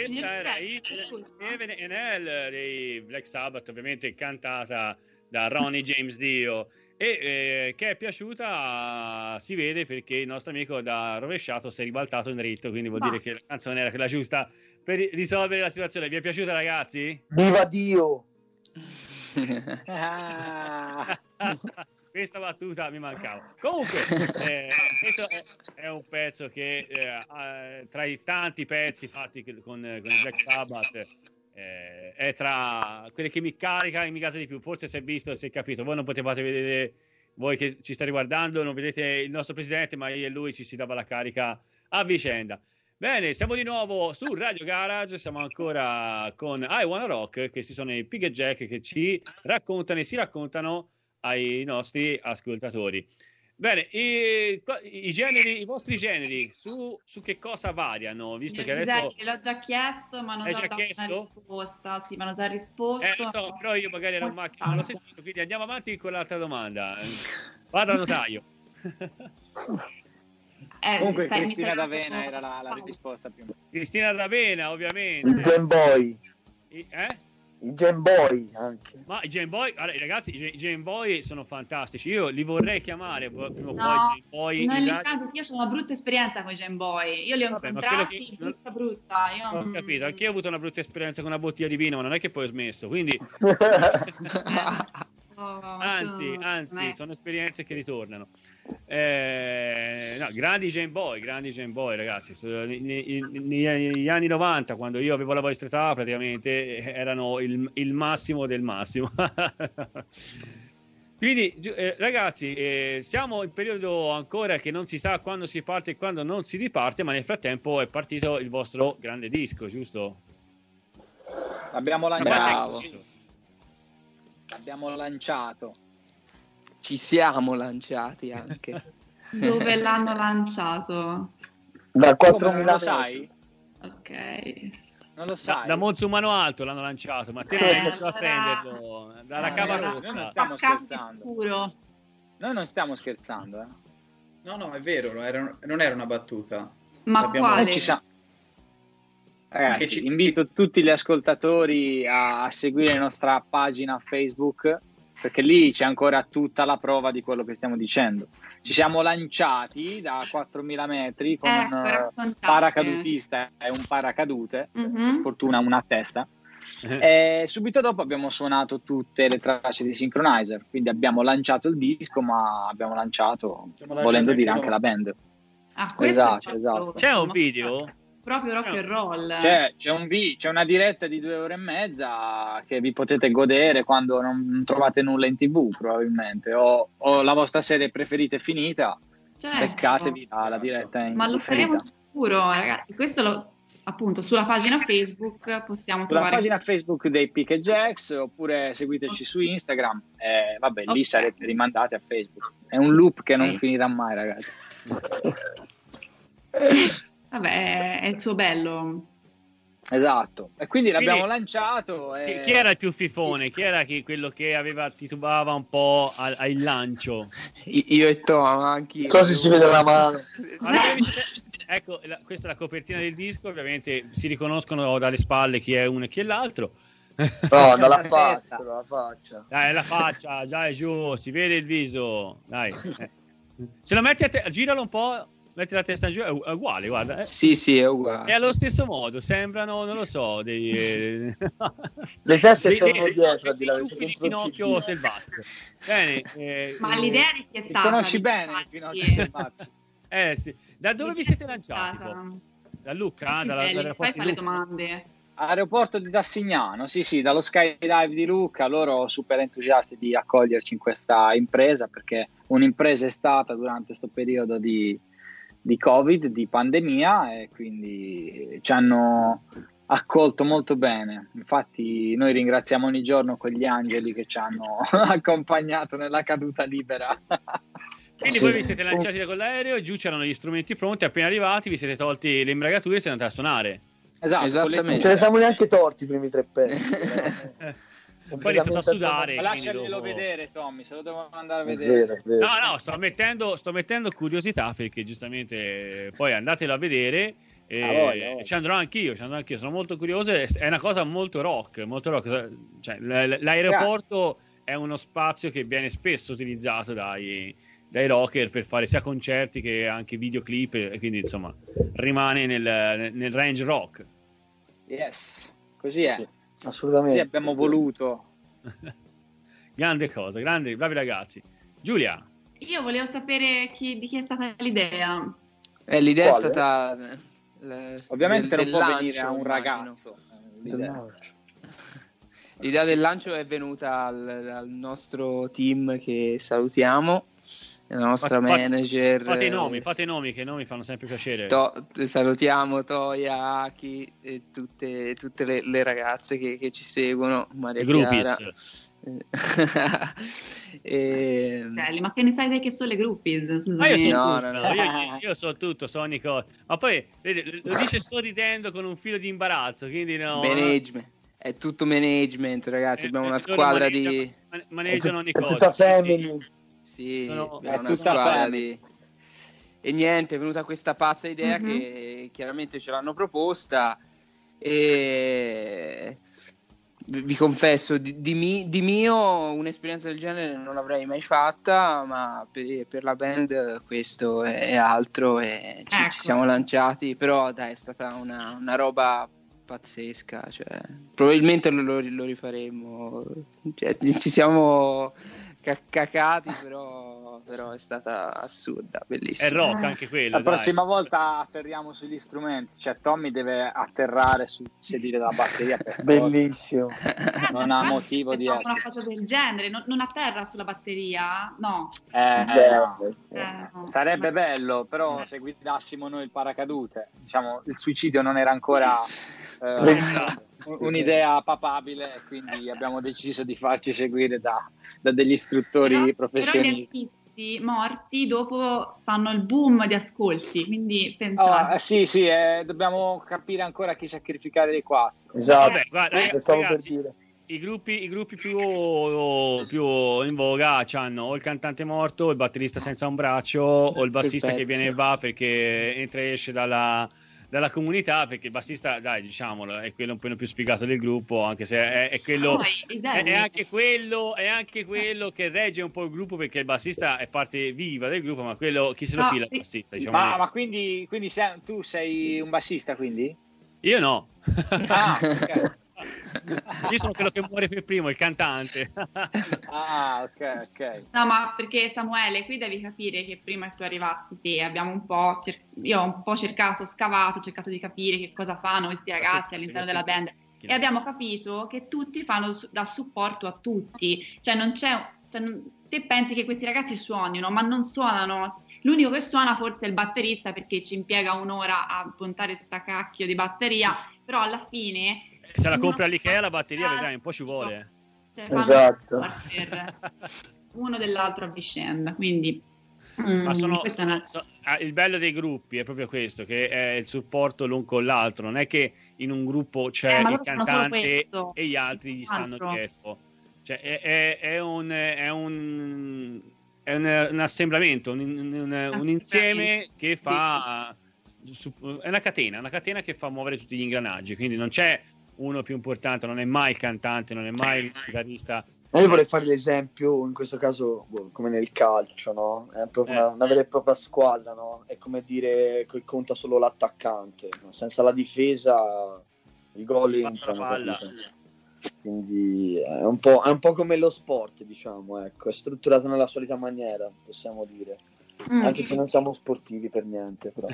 questa era Silvestre, Heaven and Hell dei Black Sabbath, ovviamente cantata da Ronnie James Dio, e eh, che è piaciuta, si vede, perché il nostro amico da rovesciato si è ribaltato in dritto, quindi vuol Ma. dire che la canzone era quella giusta per risolvere la situazione. Vi è piaciuta, ragazzi? Viva Dio! Ah. Questa battuta mi mancava. Comunque, eh, questo è, è un pezzo che eh, tra i tanti pezzi fatti con, con i Black Sabbath eh, è tra quelli che mi carica e mi gasa di più. Forse si è visto, si è capito. Voi non potevate vedere, voi che ci state guardando, non vedete il nostro presidente, ma io e lui ci si dava la carica a vicenda. Bene, siamo di nuovo su Radio Garage, siamo ancora con I Wanna Rock, che si sono i Pig e Jack che ci raccontano e si raccontano ai nostri ascoltatori. Bene, i, i generi, i vostri generi, su, su che cosa variano? Visto che adesso... L'ho già chiesto, ma non Hai ho già dato chiesto? una risposta. Sì, ma hanno già risposto. Eh, lo so, però io magari ero in macchina, non l'ho sentito, quindi andiamo avanti con l'altra domanda. Vado al notaio. Eh, Comunque stai- mi Cristina stai- D'Avena era la, la risposta più. Cristina D'Avena, Il ovviamente. Game Boy. I- eh? Il Game Boy anche. Ma i Game Boy, allora, ragazzi, i Game Boy sono fantastici. Io li vorrei chiamare prima o poi No, Game Boy. non in li radio. cambio, io ho una brutta esperienza con i Game Boy. Io li ho Vabbè, ma incontrati, quello che- brutta brutta. Io Ho non- capito, anch'io ho avuto una brutta esperienza con una bottiglia di vino, ma non è che poi ho smesso. Quindi, Oh, anzi, tu- anzi, eh. sono esperienze che ritornano. Eh, no, grandi Game Boy, grandi Game Boy, ragazzi. So- ne- ne- Negli anni novanta, quando io avevo la vostra età, praticamente eh, erano il, il massimo del massimo. Quindi, giu- eh, ragazzi, eh, siamo in periodo ancora che non si sa quando si parte e quando non si riparte, ma nel frattempo è partito il vostro grande disco, giusto? Abbiamo Ma lanciato. quando è Bravo. uscito? Abbiamo lanciato. Ci siamo lanciati anche. Dove l'hanno lanciato? Da Come, non quattromila lo sai? Ok. Non lo Da, sai? da Monzumano Alto l'hanno lanciato, ma te non Eh, hai potuto allora- prenderlo dalla Eh, cava allora- rossa. noi non stiamo Spaccato scherzando. sicuro. Noi non stiamo scherzando, eh. No, no, è vero, non era, non era una battuta. Ma L'abbiamo- quale? Noi ci sa- Ragazzi, Che ci- invito tutti gli ascoltatori a, a seguire la nostra pagina Facebook, perché lì c'è ancora tutta la prova di quello che stiamo dicendo. Ci siamo lanciati da quattromila metri con Ecco, un eh, raccontate. paracadutista e un paracadute, Mhm. per fortuna una a testa. E subito dopo abbiamo suonato tutte le tracce di Synchronizer, quindi abbiamo lanciato il disco, ma abbiamo lanciato, Siamo lanciati volendo dire, anche anche la band. Ah, questo Esatto, è esatto. proprio- C'è un video? Proprio rock and roll. C'è, c'è, un vi- c'è una diretta di due ore e mezza che vi potete godere quando non, non trovate nulla in tv, probabilmente, o, o la vostra serie preferita è finita, Certo. beccatevi la, la diretta in Ma lo faremo differita. sicuro, ragazzi. Questo lo, appunto sulla pagina Facebook possiamo Sulla trovare. pagina Facebook dei Pick e Jacks, oppure seguiteci su Instagram, e vabbè, lì Ok. sarete rimandati a Facebook. È un loop che non Ok. finirà mai, ragazzi. Vabbè, è il suo bello. Esatto, e quindi l'abbiamo Quindi- lanciato. E... Chi, chi era il più fifone? Chi era chi- quello che aveva titubava un po' al, al lancio? I- Io e Tom, anche Non so se si vede la mano. Allora, vi siete- ecco, la- questa è la copertina del disco, ovviamente si riconoscono dalle spalle chi è uno e chi è l'altro. No, dalla Aspetta. faccia, dalla faccia. Dai, la faccia, dai giù, si vede il viso. Dai. eh. Se lo metti a te, giralo un po', metti la testa giù, è u- è uguale, guarda. eh. Sì, sì, è È uguale. allo stesso modo, sembrano, non lo so, dei... eh, Le teste dei- sono dei- dietro, a dei dire la ciuffi di verità, dentro il Pinocchio C D. selvaggio. Bene. eh, Ma eh, l'idea di chi è Li stata? conosci di bene, infatti, Pinocchio è- Selvaggio. Eh sì. Da dove vi siete lanciati? stata- poi? Da Lucca? Sì, Dalla, belli, dall'aeroporto poi di fa le Lucca? domande. Aeroporto di Tassignano, sì sì, dallo skydive di Lucca, loro super entusiasti di accoglierci in questa impresa, perché un'impresa è stata durante questo periodo di, di Covid, di pandemia, e quindi ci hanno accolto molto bene. Infatti noi ringraziamo ogni giorno quegli angeli che ci hanno accompagnato nella caduta libera. Quindi Sì. voi vi siete lanciati da con l'aereo, giù c'erano gli strumenti pronti, appena arrivati vi siete tolti le imbragature e siete andati a suonare. Esatto, Esattamente. Non ce ne siamo neanche torti i primi tre pezzi. Eh, Poi è iniziato a sudare. Ma quindi lasciaglielo dopo- vedere, Tommy, se lo devo andare a È vedere. vero, è vero. No, no, sto mettendo, sto mettendo curiosità perché giustamente eh, poi andatelo a vedere E Ah, voglia, voglia. ci andrò anch'io, ci andrò anch'io, sono molto curioso, è è una cosa molto rock, molto rock. Cioè, l- l'aeroporto è uno spazio che viene spesso utilizzato dai, dai rocker per fare sia concerti che anche videoclip, e quindi insomma rimane nel, nel range rock. Yes, così è. Sì, assolutamente. Così abbiamo voluto. Grande cosa, grande, bravi ragazzi. Giulia, Io volevo sapere chi- di chi è stata l'idea. Eh, l'idea Quale? è stata l- Ovviamente del- non può del venire a lancio, un immagino. ragazzo. eh, l'idea. L'idea del lancio è venuta al, al nostro team che salutiamo, la nostra Fate- fate- manager. fate i nomi, eh, fate i nomi, che i nomi fanno sempre piacere. To- salutiamo Toia, Aki e tutte, tutte le, le ragazze che, che ci seguono, Maria I Chiara. groupies. e... Cioè, ma che ne sai te che sono le groupies? Ma io Scusami. so No, tutto, no, no. Io, io- io so tutto, so ogni cosa. Ma poi vedi, lo dice sorridendo con un filo di imbarazzo, quindi no. Management, è tutto management, ragazzi. Eh, abbiamo eh, una loro squadra maneggiano- di man- maneggiano ogni È cosa. tutta Sì, sì. family. sì, sono- abbiamo è una tutta squadra family. di e niente, è venuta questa pazza idea Mhm. che chiaramente ce l'hanno proposta e vi vi confesso di, di mi- di mio un'esperienza del genere non l'avrei mai fatta, ma per, per la band questo è, è altro e ci, Ecco. ci siamo lanciati, però dai, è stata una, una roba pazzesca, cioè, probabilmente lo, lo- lo rifaremo, cioè, ci siamo ca- cacati, però, però è stata assurda, È bellissima. rock anche quello. La dai. prossima volta atterriamo sugli strumenti, cioè Tommy deve atterrare sul sedile della batteria per forza. Bellissimo. Non ha motivo di Una essere. cosa del genere, non, non atterra sulla batteria? No. Eh, Beh, no. Eh, no. Sarebbe bello, però se guidassimo noi il paracadute, diciamo, il suicidio non era ancora eh, Esatto. un'idea papabile, quindi abbiamo deciso di farci seguire da, da degli istruttori Però- professionisti. Però gli artisti morti dopo fanno il boom di ascolti, quindi pensate. Oh, eh, sì, sì, eh, dobbiamo capire ancora chi sacrificare dei quattro. Esatto. Vabbè, guarda, Lo ragazzi, stavo per ragazzi, dire. I gruppi, i gruppi più, più in voga hanno o il cantante morto, o il batterista senza un braccio, o il bassista Perfetto. che viene e va perché entra e esce dalla, dalla comunità, perché il bassista, dai, diciamolo, è quello un po' più sfigato del gruppo, anche se è, è quello... Poi, i È, Zelli- è anche quello, è anche quello che regge un po' il gruppo, perché il bassista è parte viva del gruppo, ma quello chi se lo No, fila il sì. bassista, diciamo. Ma, ma quindi, quindi sei- tu sei un bassista, quindi? Io no. Ah, ok. Io sono quello che muore per primo, il cantante. Ah, ok, ok. No, ma perché Samuele, qui devi capire che prima che tu arrivassi te abbiamo un po', cer- io ho un po' cercato, scavato, ho cercato di capire che cosa fanno questi ragazzi Sì, all'interno sì, della sì, band sì. e abbiamo capito che tutti fanno su- da supporto a tutti, cioè non c'è, cioè, non- te pensi che questi ragazzi suonino, ma non suonano. L'unico che suona forse è il batterista perché ci impiega un'ora a montare sta cacchio di batteria, però alla fine... Se la ognuno compra all'Ikea la fa- batteria, vedrai, un po' ci vuole. Cioè, fanno Esatto. partner uno dell'altro a vicenda, quindi mm, Ma sono, questa è una- so- ah, il bello dei gruppi è proprio questo, che è il supporto l'un con l'altro, non è che in un gruppo c'è Eh, ma il loro fanno solo cantante questo. e gli altri gli stanno Altro. dietro. Cioè, è, è- è un è un è un, un assemblamento, un, un- un insieme che fa su- è una catena, una catena che fa muovere tutti gli ingranaggi, quindi non c'è uno più importante, non è mai il cantante, non è mai il chitarrista. E io vorrei fare l'esempio, in questo caso, boh, come nel calcio, no? È proprio Eh. una, una vera e propria squadra, no? È come dire che conta solo l'attaccante, no? Senza la difesa i gol Passa la entrano, palla. capito? Quindi è un, po', è un po' come lo sport, diciamo, ecco, è strutturato nella solita maniera, possiamo dire. Mm. Anche se non siamo sportivi per niente, però.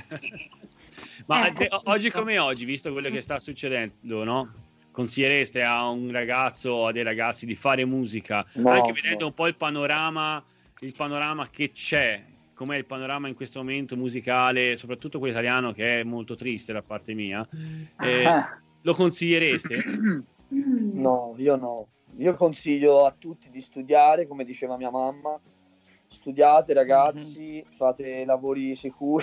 Ma Eh, te- appunto. oggi come oggi, visto quello che sta succedendo, no? Consigliereste a un ragazzo o a dei ragazzi di fare musica, No, anche vedendo no. un po' il panorama, il panorama che c'è, com'è il panorama in questo momento musicale, soprattutto quello italiano, che è molto triste da parte mia, eh, Ah. lo consigliereste? Mm. No, io no. Io consiglio a tutti di studiare, come diceva mia mamma. Studiate ragazzi, fate lavori sicuri.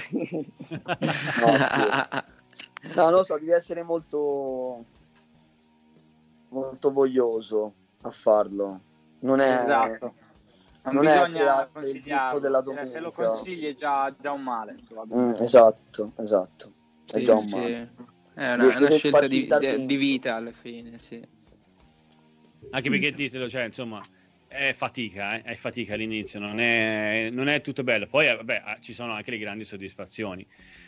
no, sì. No, non lo so, devi essere molto molto voglioso a farlo. Non è Esatto. Non, non è bisogna creare il consigliarlo, rito della cioè, se lo domenica. consigli è già, già un male. Mm, esatto, esatto. È Sì, già un sì. male. È una, è una Due scelta di, partite di- di vita alla fine, sì. Anche perché ditelo, cioè, insomma, è fatica, eh? È fatica all'inizio, non è, non è tutto bello. Poi, eh, vabbè, eh, ci sono anche le grandi soddisfazioni.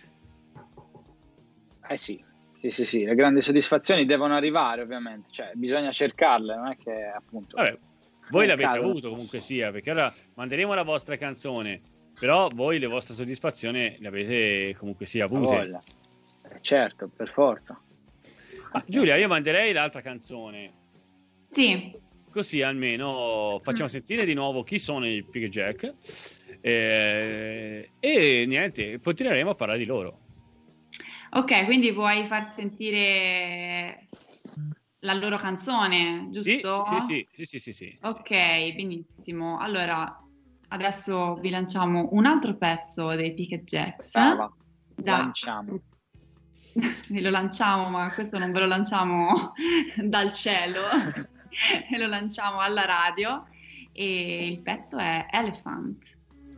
Eh sì, sì, sì, sì, le grandi soddisfazioni devono arrivare, ovviamente, cioè bisogna cercarle, non è che appunto... Vabbè, voi Eh, l'avete cavolo. avuto comunque sia, perché ora manderemo la vostra canzone, però voi le vostre soddisfazioni le avete comunque sia La avute. voglia. Eh, certo, per forza. Ma, Giulia, io manderei l'altra canzone, Sì, così almeno facciamo sentire di nuovo chi sono i Pig Jack, eh, e niente, continueremo a parlare di loro. ok, quindi vuoi far sentire la loro canzone, Sì, giusto? sì, sì, sì, sì, sì, sì. Ok, benissimo. Allora, adesso vi lanciamo un altro pezzo dei Picket Jacks. Brava, Da- lanciamo. Ve lo lanciamo, ma questo non ve lo lanciamo dal cielo, ve lo lanciamo alla radio e il pezzo è Elephant.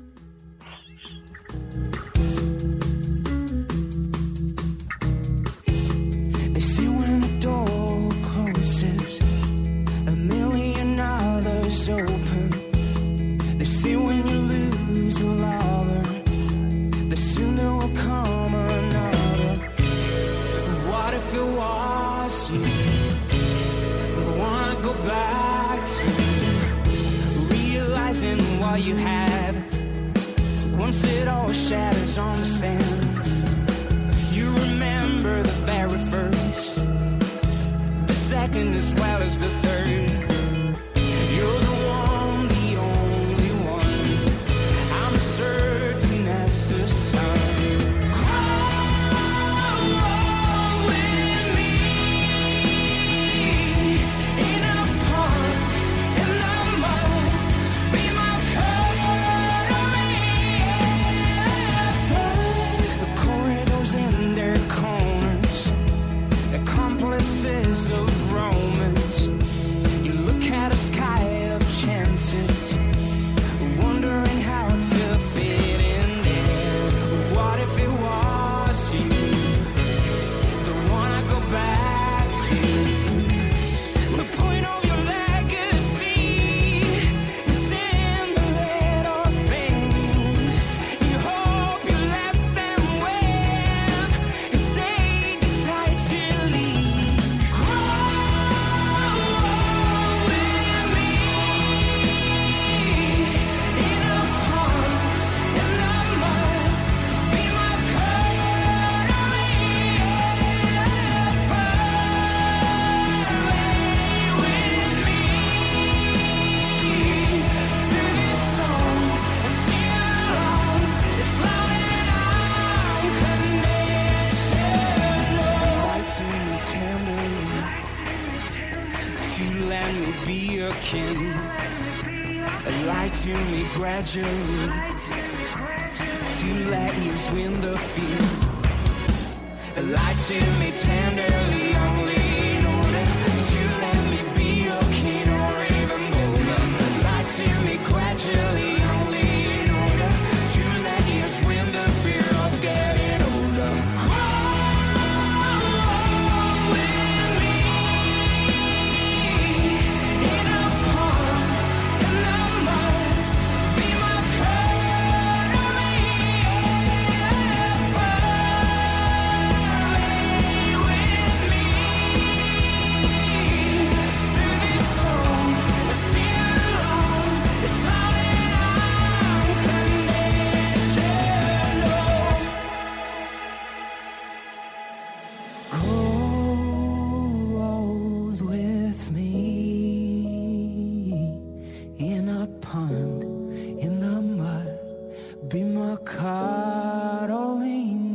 They say when the door closes, a million others open. They say when you lose a lover, that soon there will come another. What if it was you? I wanna go back to realizing what you had. Once it all shatters on the sand, you remember the very first, the second as well as the third. You're the one, the only one. I'm certain as the sun. Crawl with me in a pond in the mud. Be my covering. The corridors in their corners, accomplices of romance. You look at a sky of chances, wondering how to fit in there. What if it was you, the one I go back to? The point of your legacy is in the little things you hope you left them with if they decide to leave. Crawl with me in a pond in the mud. Be my let me be your king. Lie to me gradually, to let you win the field. Lie to me tenderly, only in order to let me be your king or even bolder. Lie to me gradually, only in order to let you win the fear of getting older. Crawl with me in a pond in the mud. Be my covering. Cold with me in a pond in the mud. Be my cuddling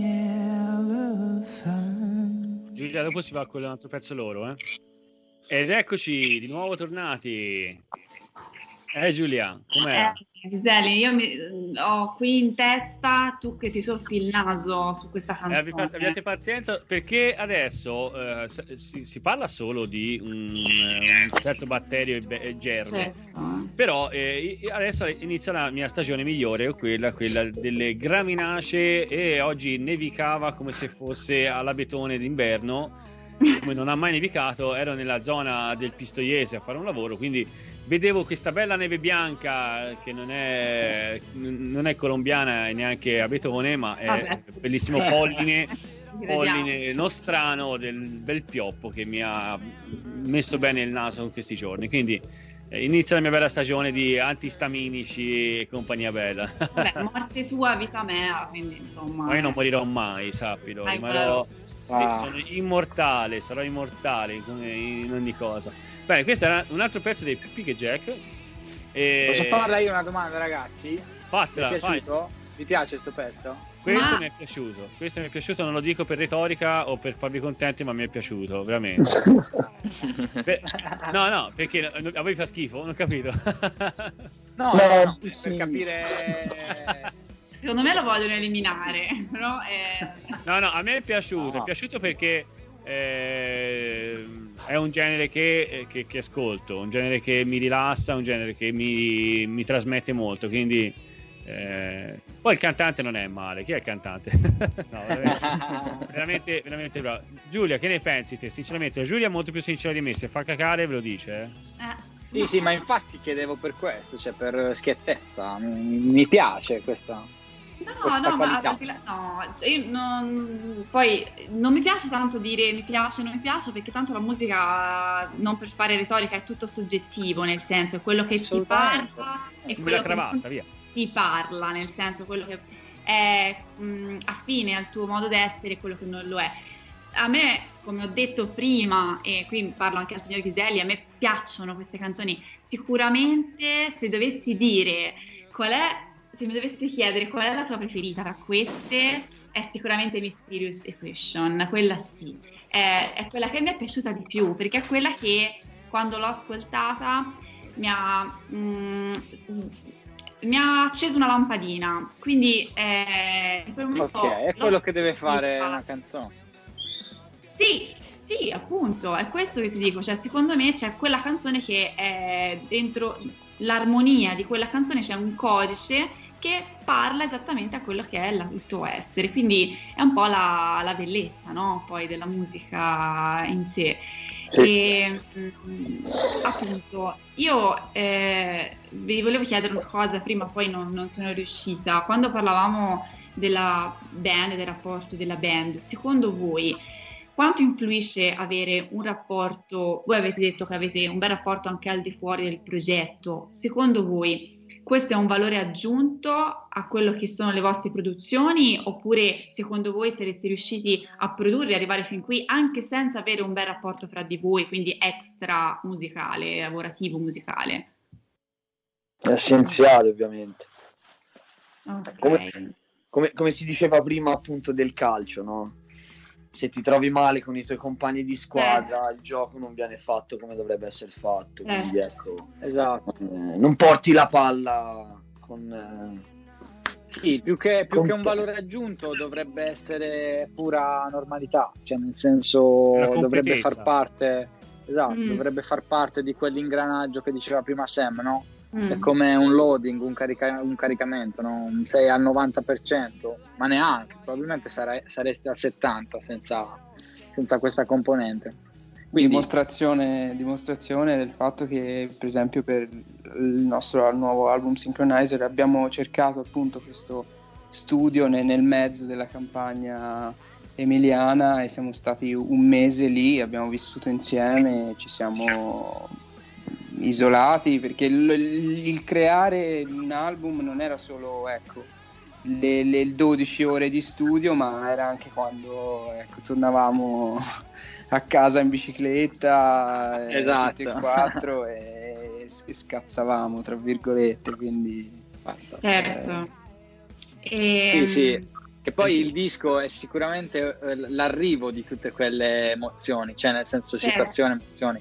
elephant. Giulia, dopo si va con l'altro pezzo loro, eh. Ed eccoci di nuovo tornati. Eh Giulia, com'era? Eh, Gisele, io mi, ho qui in testa tu che ti soffi il naso su questa Eh, abbi- canzone. abbiate pazienza perché adesso eh, s- si, si parla solo di un, eh, un certo batterio e, be- e germe, Certo. però eh, i- adesso inizia la mia stagione migliore, quella, quella delle graminacee, e oggi nevicava come se fosse all'abetone d'inverno, come non ha mai nevicato. Ero nella zona del Pistoiese a fare un lavoro, quindi vedevo questa bella neve bianca che non è, non è colombiana e neanche abetone, ma è Vabbè. bellissimo polline, Vediamo. polline nostrano del bel pioppo che mi ha messo bene il naso in questi giorni. Quindi eh, inizia la mia bella stagione di antistaminici e compagnia bella. Vabbè, morte tua, vita mea, quindi insomma. Ma io non morirò mai, sappilo, Dai, rimarrò, Ah. sono immortale, sarò immortale come in ogni cosa. Bene, questo era un altro pezzo dei Pig e Jack. E... Posso farle io una domanda, ragazzi? Vi Fatela, è fai. piaciuto? Vi piace sto pezzo? Questo Ma- mi è piaciuto, questo mi è piaciuto, non lo dico per retorica o per farvi contenti, ma mi è piaciuto, veramente. Per- No, no, perché a voi fa schifo, non ho capito. No, No, no, no, sì. per capire... Secondo me lo vogliono eliminare, però è... No, no, a me è piaciuto, No. è piaciuto perché eh, è un genere che, che, che ascolto, un genere che mi rilassa, un genere che mi, mi trasmette molto, quindi eh, poi il cantante non è male. Chi è il cantante? No, veramente, veramente, veramente bravo. Giulia, che ne pensi te? Sinceramente, la Giulia è molto più sincera di me, se fa cacare ve lo dice, eh? eh, Sì, no. sì, ma infatti chiedevo per questo, cioè per schiettezza. Mi, mi piace questa... No, questa no, ma qualità. al di là- no, cioè io non, poi non mi piace tanto dire mi piace, non mi piace, perché tanto la musica, non per fare retorica, è tutto soggettivo, nel senso, è quello che ti Assolutamente. parla e Come quello la che cravatta, via. ti parla, nel senso, quello che è mh, affine al tuo modo d'essere e quello che non lo è. A me, come ho detto prima, e qui parlo anche al signor Ghiselli, a me piacciono queste canzoni. Sicuramente, se dovessi dire qual è, se mi doveste chiedere qual è la tua preferita tra queste, è sicuramente Mysterious Equation, quella sì. È, è quella che mi è piaciuta di più, perché è quella che quando l'ho ascoltata mi ha, mm, mi ha acceso una lampadina, quindi eh, in quel momento Ok, è l'ho quello che deve fare sentita. una canzone. Sì, sì, appunto, è questo che ti dico, cioè secondo me c'è quella canzone che è dentro l'armonia di quella canzone, c'è un codice che parla esattamente a quello che è la- il tuo essere, quindi è un po' la, la bellezza, no? Poi della musica in sé. Sì. E mm, appunto, io eh, vi volevo chiedere una cosa, prima poi non, non sono riuscita. Quando parlavamo della band, del rapporto della band, secondo voi quanto influisce avere un rapporto? Voi avete detto che avete un bel rapporto anche al di fuori del progetto. Secondo voi questo è un valore aggiunto a quello che sono le vostre produzioni, oppure secondo voi sareste riusciti a produrre e arrivare fin qui anche senza avere un bel rapporto fra di voi, quindi extra musicale, lavorativo musicale? È essenziale, ovviamente. Ok. Come- Come, come si diceva prima, appunto, del calcio, no? Se ti trovi male con i tuoi compagni di squadra, il gioco non viene fatto come dovrebbe essere fatto. Quindi, ecco, Esatto. eh, non porti la palla con... eh, Sì, più che, più Con che un te. valore aggiunto dovrebbe essere pura normalità, cioè nel senso Una dovrebbe competenza. far parte, esatto, Mm. dovrebbe far parte di quell'ingranaggio che diceva prima Sam, no? Mm. È come un loading, un, carica- un caricamento, no? Sei al novanta per cento, ma neanche, probabilmente sarai- saresti al settanta per cento senza, senza questa componente. Quindi, Dimostrazione, dimostrazione del fatto che, per esempio, per il nostro nuovo album Synchronizer abbiamo cercato appunto questo studio ne- nel mezzo della campagna emiliana e siamo stati un mese lì, abbiamo vissuto insieme, ci siamo isolati perché il, il creare un album non era solo, ecco, le, le dodici ore di studio, ma era anche quando, ecco, tornavamo a casa in bicicletta, eh, Esatto. tutti e quattro e, e scazzavamo, tra virgolette, quindi Certo. E, sì, sì, che poi il disco è sicuramente eh, l'arrivo di tutte quelle emozioni, cioè nel senso Certo. situazioni, emozioni.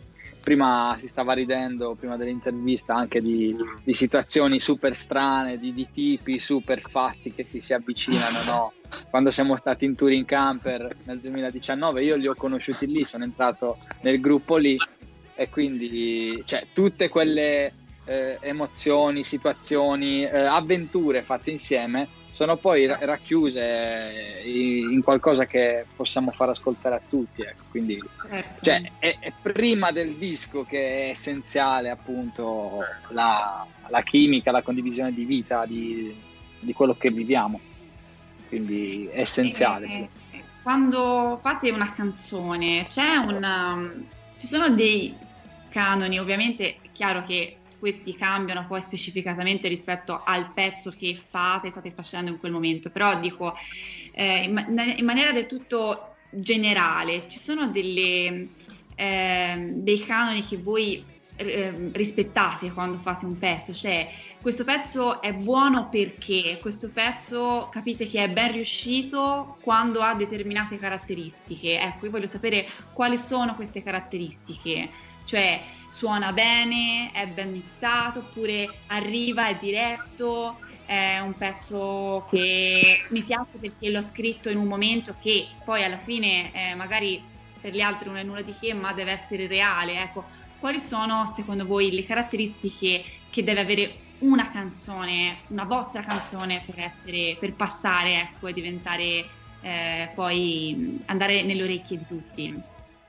prima si stava ridendo, prima dell'intervista, anche di, di situazioni super strane, di, di tipi super fatti che ti si avvicinano, no? Quando siamo stati in touring camper nel duemiladiciannove, io li ho conosciuti lì, sono entrato nel gruppo lì, e quindi cioè, tutte quelle eh, emozioni, situazioni, eh, avventure fatte insieme sono poi ra- racchiuse in qualcosa che possiamo far ascoltare a tutti, ecco. Quindi cioè, è, è prima del disco che è essenziale, appunto, la, la chimica, la condivisione di vita, di, di quello che viviamo, quindi è essenziale. Eh, sì. Quando fate una canzone c'è un ci sono dei canoni, ovviamente è chiaro che questi cambiano poi specificatamente rispetto al pezzo che fate, state facendo in quel momento, però dico eh, in, ma- in maniera del tutto generale, ci sono delle, eh, dei canoni che voi eh, rispettate quando fate un pezzo, cioè questo pezzo è buono perché questo pezzo capite che è ben riuscito quando ha determinate caratteristiche. Ecco, io voglio sapere quali sono queste caratteristiche, cioè suona bene, è ben mixato, oppure arriva, è diretto, è un pezzo che mi piace perché l'ho scritto in un momento che poi alla fine eh, magari per gli altri non è nulla di che, ma deve essere reale. Ecco, quali sono secondo voi le caratteristiche che deve avere una canzone, una vostra canzone, per essere, per passare, ecco, e diventare eh, poi andare nelle orecchie di tutti?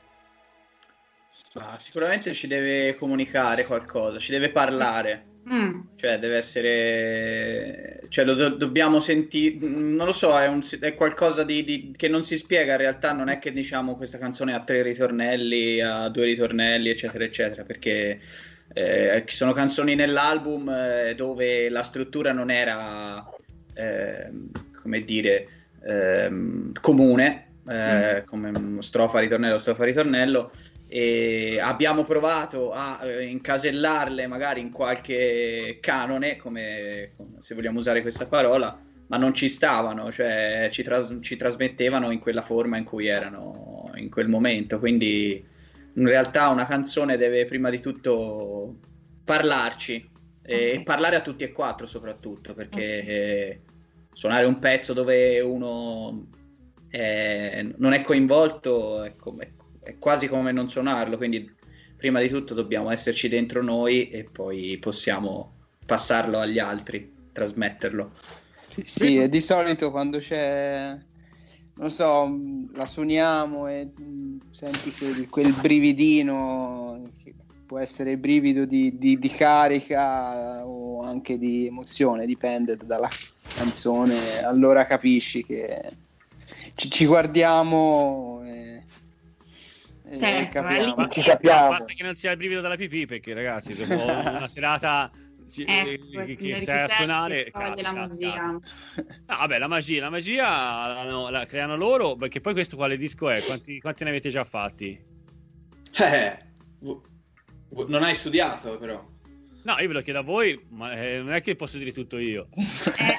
Ah, sicuramente ci deve comunicare qualcosa, ci deve parlare, mm. cioè deve essere, cioè lo do- dobbiamo sentire, non lo so, è, un, è qualcosa di, di, che non si spiega in realtà, non è che diciamo questa canzone ha tre ritornelli, ha due ritornelli, eccetera, eccetera, perché eh, ci sono canzoni nell'album eh, dove la struttura non era, eh, come dire, eh, comune, eh, mm. come strofa, ritornello, strofa, ritornello, e abbiamo provato a eh, incasellarle magari in qualche canone, come, come se vogliamo usare questa parola, ma non ci stavano, cioè ci, tras- ci trasmettevano in quella forma in cui erano in quel momento. Quindi in realtà una canzone deve prima di tutto parlarci e okay. parlare a tutti e quattro soprattutto, perché okay. eh, suonare un pezzo dove uno è, non è coinvolto è come è quasi come non suonarlo, quindi prima di tutto dobbiamo esserci dentro noi e poi possiamo passarlo agli altri, trasmetterlo. Sì, sì, e di solito quando c'è, non so, la suoniamo e senti quel, quel brividino, che può essere il brivido di, di, di carica o anche di emozione, dipende dalla canzone, allora capisci che ci, ci guardiamo e Sempre, capiamo. eh, ci capiamo. Basta che non sia il brivido dalla pipì, perché ragazzi dopo una serata ci, ecco, che, che sai a suonare cal, della cal, magia. cal. No, vabbè, la magia la magia la, la creano loro, perché poi questo quale disco è? Quanti, quanti ne avete già fatti? Eh, v- v- non hai studiato però. No, io ve lo chiedo a voi, ma eh, non è che posso dire tutto io. Eh,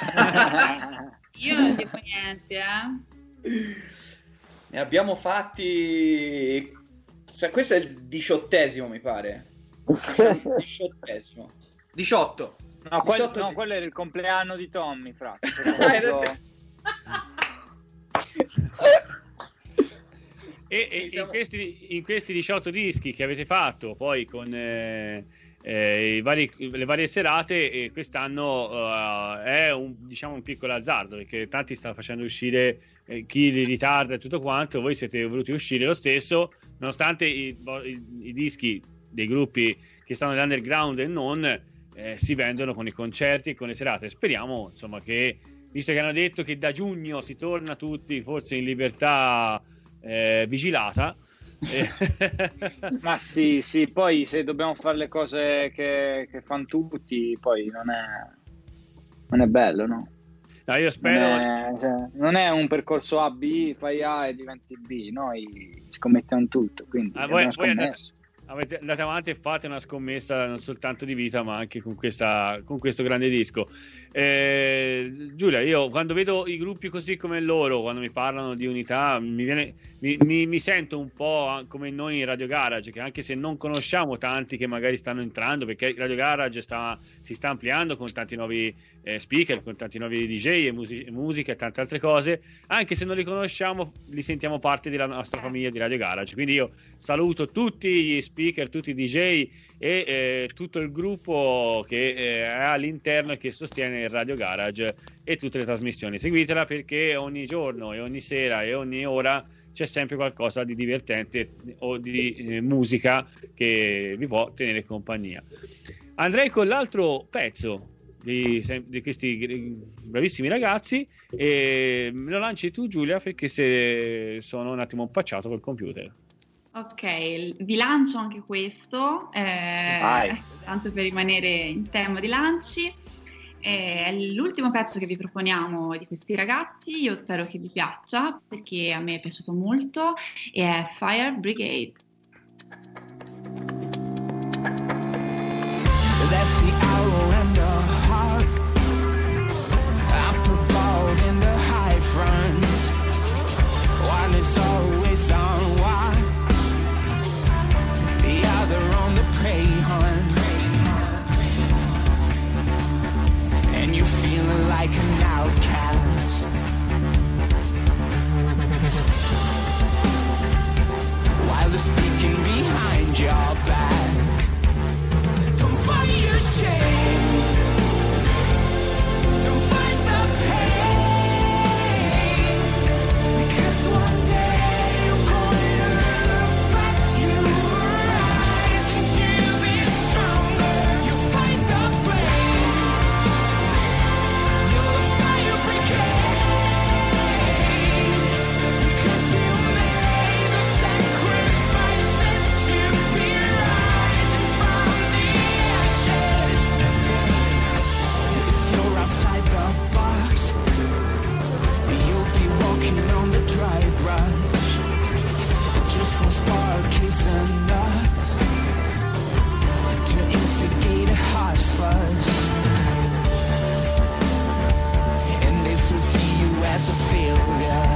io non dico niente, eh. Ne abbiamo fatti, cioè, questo è il diciottesimo mi pare. Diciottesimo. diciotto. No, quel, diciotto no di... quello era il compleanno di Tommy, fra. E, e in, questi, in questi diciotto dischi che avete fatto poi con eh, eh, i vari, le varie serate, e quest'anno uh, è un, diciamo un piccolo azzardo, perché tanti stanno facendo uscire eh, chi li ritarda e tutto quanto, voi siete voluti uscire lo stesso nonostante i, i, i dischi dei gruppi che stanno nell'underground e non eh, si vendono con i concerti e con le serate. Speriamo insomma che, visto che hanno detto che da giugno si torna tutti forse in libertà Eh, vigilata ma sì sì poi se dobbiamo fare le cose che, che fanno tutti, poi non è non è bello, no? No, io spero non è, cioè, non è un percorso A B, fai A e diventi B, noi scommettiamo tutto, quindi ah, voi, voi, andate, avete, andate avanti e fate una scommessa non soltanto di vita, ma anche con, questa, con questo grande disco. Eh, Giulia, io quando vedo i gruppi così come loro, quando mi parlano di unità, mi, viene, mi, mi, mi sento un po' come noi in Radio Garage, che anche se non conosciamo tanti che magari stanno entrando, perché Radio Garage sta, si sta ampliando con tanti nuovi eh, speaker, con tanti nuovi D J e music- musica e tante altre cose, anche se non li conosciamo, li sentiamo parte della nostra famiglia di Radio Garage. Quindi io saluto tutti gli speaker, tutti i D J e eh, tutto il gruppo che eh, è all'interno e che sostiene il Radio Garage e tutte le trasmissioni. Seguitela, perché ogni giorno e ogni sera e ogni ora c'è sempre qualcosa di divertente o di eh, musica che vi può tenere compagnia. Andrei con l'altro pezzo di, di questi bravissimi ragazzi e me lo lanci tu, Giulia, perché se sono un attimo impacciato col computer. Ok, vi lancio anche questo, eh, tanto per rimanere in tema di lanci. È l'ultimo pezzo che vi proponiamo di questi ragazzi, io spero che vi piaccia, perché a me è piaciuto molto, e è Fire Brigade. That's the arrow and the heart, up above in the high front, one is always on one, the other on the prey hunt, and you feeling like an outcast, while they're speaking behind your back. Don't fight your shame, don't fight the pain, because one day you're going to look back, you rise into be stronger, you fight the flames, you're the fire brigade, because you made the sacrifices to be rising from the ashes. If you're outside the box, you'll be walking on the dry brush. Just one spark is enough to instigate a hot fuss, and this will see you as a failure.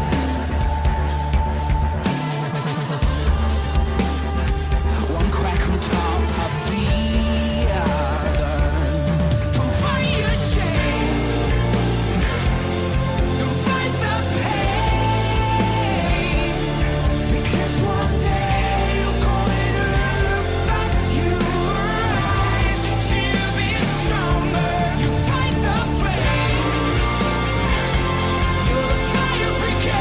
One crack on top of the other. Don't fight your shame, don't fight the pain, because one day you're going to look back, you rise into be stronger, you fight the flames, you're the fire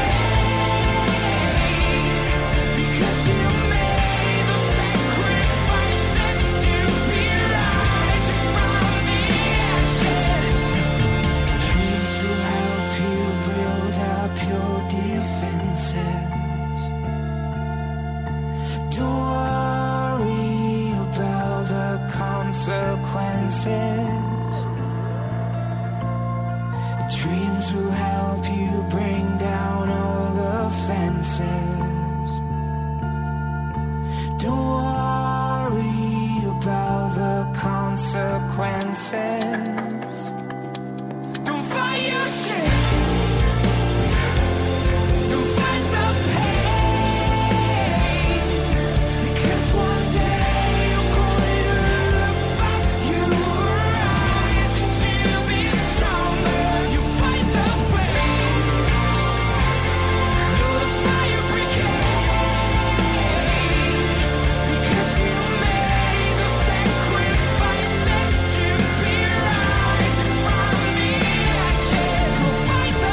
brigade, because you made the sacrifices to be rising from the ashes. Dreams will help you build up your defenses. Don't worry about the consequences. Dreams will help you bring down all the fences. Don't worry about the consequences. Don't fight your shame, don't fight the pain, because one day you're going to look back, you rise into be stronger, you fight the flames, you're the fire brigade, because you made the sacrifices to be rising from the ashes. Go fight the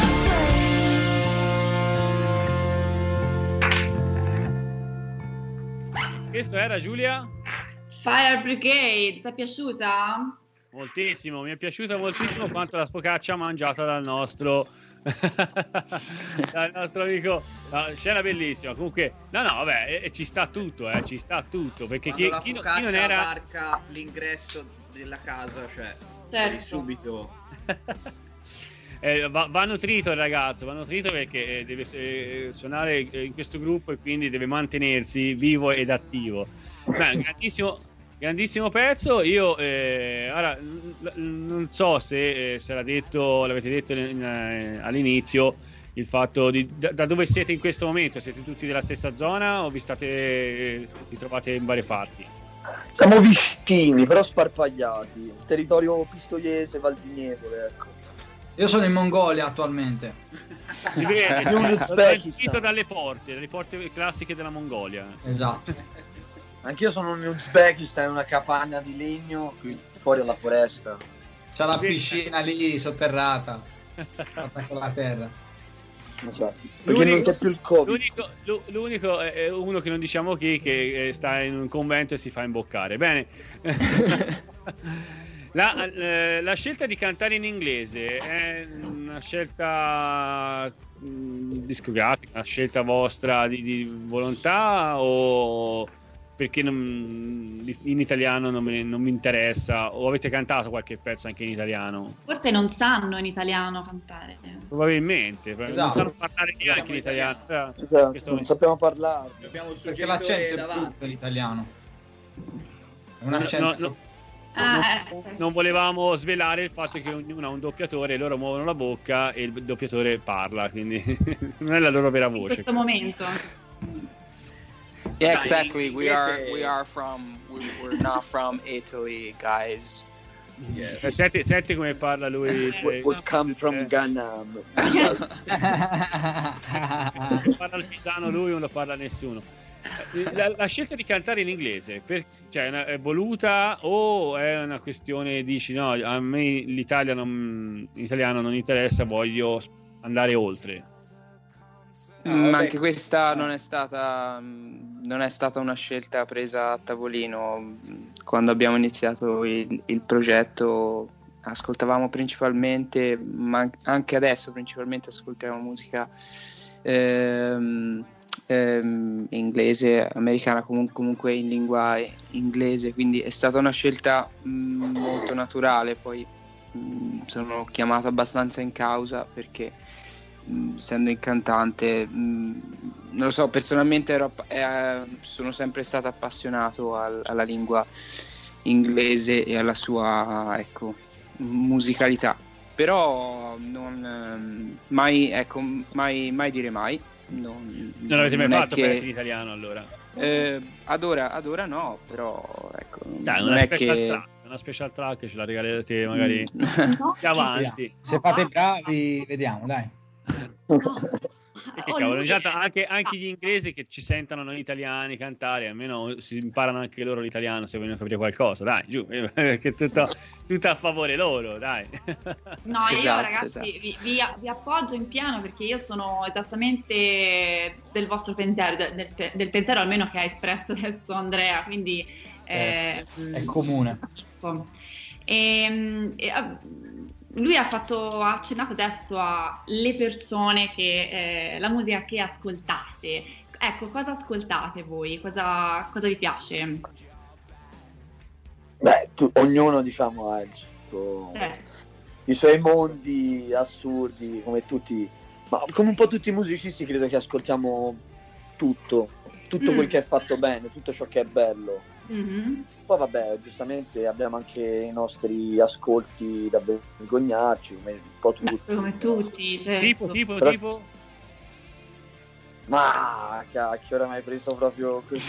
flame. Questo era, Giulia? Fire Brigade, ti è piaciuta? Moltissimo, mi è piaciuta moltissimo quanto la focaccia mangiata dal nostro dal nostro amico. No, scena bellissima. Comunque, no, no, vabbè, e, e ci sta tutto, eh, ci sta tutto. Perché chi, Quando la chi, non- focaccia chi non era. varca l'ingresso della casa, cioè Certo. di subito. Eh, va, va nutrito il ragazzo, va nutrito perché eh, deve eh, suonare eh, in questo gruppo e quindi deve mantenersi vivo ed attivo. Beh, grandissimo, grandissimo pezzo. Io eh, ora l- non so se eh, se l'ha detto, l'avete detto in, eh, all'inizio, il fatto di da, da dove siete in questo momento. Siete tutti della stessa zona o vi state eh, vi trovate in varie parti? Siamo vicini, però sparpagliati. Territorio pistoiese, Valdinievole, ecco. Io sono in Mongolia attualmente. Si vede, Giù in sono Uzbekistan. uscito dalle porte, dalle porte classiche della Mongolia. Esatto. Anch'io sono in Uzbekistan, in una capanna di legno qui fuori alla foresta. C'è la piscina lì sotterrata, fatta con la terra. Esatto. Perché non c'è più il Covid. L'unico, l'u- l'unico è uno che non diciamo chi, che eh, sta in un convento e si fa imboccare. Bene. La, eh, la scelta di cantare in inglese è una scelta mh, discografica, una scelta vostra di, di volontà o perché non, in italiano non mi, non mi interessa, o avete cantato qualche pezzo anche in italiano? Forse non sanno in italiano cantare. Probabilmente, Esatto. non sanno parlare neanche in italiano. Però, Esatto, questo- non sappiamo parlare. Abbiamo il Perché suggeritore l'accento è davanti. brutto l'italiano. È un No, accento. no, no. Ah, non, eh. non volevamo svelare il fatto che ognuno ha un doppiatore, loro muovono la bocca e il doppiatore parla, quindi non è la loro vera In voce. questo momento. Yeah, Dai, exactly. We are inglese- we are from we, we're not from Italy, guys. Yes. Eh, Senti, senti come parla lui. We, eh, we come from eh, Gangnam. Parla il pisano lui, non lo parla nessuno. Eh, La, la scelta di cantare in inglese per, cioè, è una- è voluta o è una questione, dici no, a me l'Italia non, l'italiano non interessa, voglio andare oltre. No, Mm, vabbè. anche questa non è stata mm, non è stata una scelta presa a tavolino. Quando abbiamo iniziato il, il progetto ascoltavamo principalmente, ma anche adesso principalmente ascoltiamo musica ehm, ehm, inglese, americana, comun- comunque in lingua inglese, quindi è stata una scelta mm, molto naturale. Poi mm, sono chiamato abbastanza in causa perché mh, essendo il cantante, mh, non lo so, personalmente ero, app- eh, sono sempre stato appassionato al- alla lingua inglese e alla sua, ecco, musicalità, però non ehm, mai, ecco, mai, mai dire mai. Non, Non avete mai non è fatto che- pezzi in italiano allora? eh, ad ora, ad ora no, però ecco, Dai, non una è special che track, una special track ce la regalerete magari No? più avanti. Se fate bravi, vediamo, dai. E che Oh, cavolo, lui- ogni tanto anche, anche gli inglesi che ci sentono noi italiani cantare, almeno si imparano anche loro l'italiano se vogliono capire qualcosa, dai, giù, eh, che è tutto, tutto a favore loro, dai. No, io Esatto, ragazzi esatto. Vi, vi- vi appoggio in pieno perché io sono esattamente del vostro pensiero, del, del- del pensiero almeno che ha espresso adesso Andrea, quindi eh, È comune. ecco. Ehm, e, ah, lui ha fatto ha accennato adesso alle persone che eh, la musica che ascoltate. Ecco, cosa ascoltate voi? Cosa, cosa vi piace? Beh, tu- ognuno diciamo ha il suo- Eh, i suoi mondi assurdi, come tutti, ma come un po' tutti i musicisti credo che ascoltiamo tutto, tutto Mm. quel che è fatto bene, tutto ciò che è bello. mhm. Poi vabbè, giustamente abbiamo anche i nostri ascolti da vergognarci, come un po' tutti. Come tutti, certo. Tipo, tipo, Però- tipo? Ma cacchio, ora mi hai preso proprio così.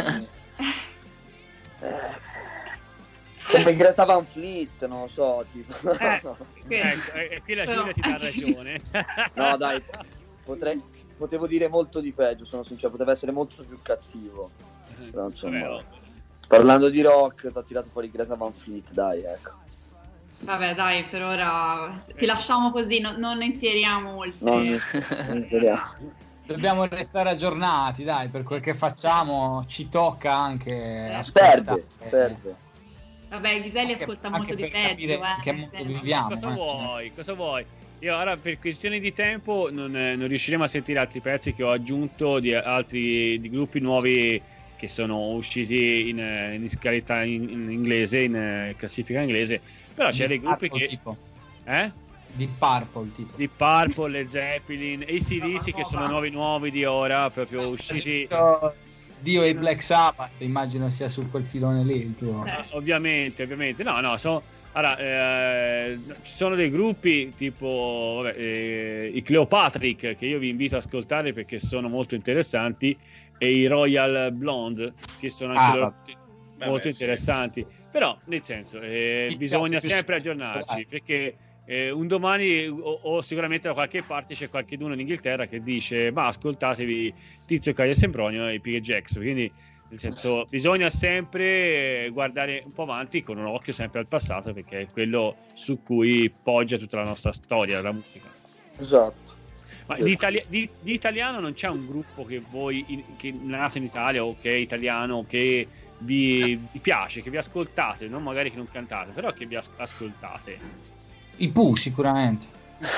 Eh, come Greta Van Fleet, non lo so, tipo. Eh, Ecco, e qui la Però- Giulia ti dà ragione. No, dai, potrei, potevo dire molto di peggio, sono sincero, poteva essere molto più cattivo. Però, insomma, Vabbè, oh. parlando di rock, ti ho tirato fuori Greta Van Fleet, dai, ecco. Vabbè, dai, per ora ti lasciamo così, no- non entriamo oltre. No, non- non vediamo. Dobbiamo restare aggiornati, dai, per quel che facciamo ci tocca anche Perde, ascoltare. perde. Vabbè, Ghiselli Anche- ascolta anche molto di per peggio. capire Eh, in che nel mondo senso. viviamo. Cosa eh, vuoi? Cosa vuoi? Io ora per questioni di tempo non, eh, non riusciremo a sentire altri pezzi che ho aggiunto di altri di gruppi nuovi che sono usciti in, eh, in scaletta in, in inglese, in eh, classifica inglese, però c'è dei gruppi Purple, che tipo. eh? Di Purple tipo. Di Purple, Led Zeppelin, A C D C che sono nuovi nuovi di ora, proprio usciti Dio e i Black Sabbath, immagino sia su quel filone lì il tuo. Eh, ovviamente, ovviamente. No, no, sono... Allora, eh, ci sono dei gruppi tipo vabbè, eh, i Cleopatrick, che io vi invito ad ascoltare perché sono molto interessanti, e i Royal Blonde, che sono anche Ah, loro vabbè, molto sì. interessanti. Però, nel senso, eh, Mi bisogna piace più sempre su- aggiornarci, eh. perché eh, un domani o, o sicuramente da qualche parte c'è qualcuno in Inghilterra che dice ma ascoltatevi Tizio Caio Sempronio e i P. Jacks, quindi nel senso bisogna sempre guardare un po' avanti con un occhio sempre al passato, perché è quello su cui poggia tutta la nostra storia, la musica. Esatto. Ma di, itali- di- di italiano non c'è un gruppo che voi in- che è nato in Italia o che è italiano che vi, vi piace, che vi ascoltate, non magari che non cantate, però che vi as- ascoltate? I Pooh sicuramente.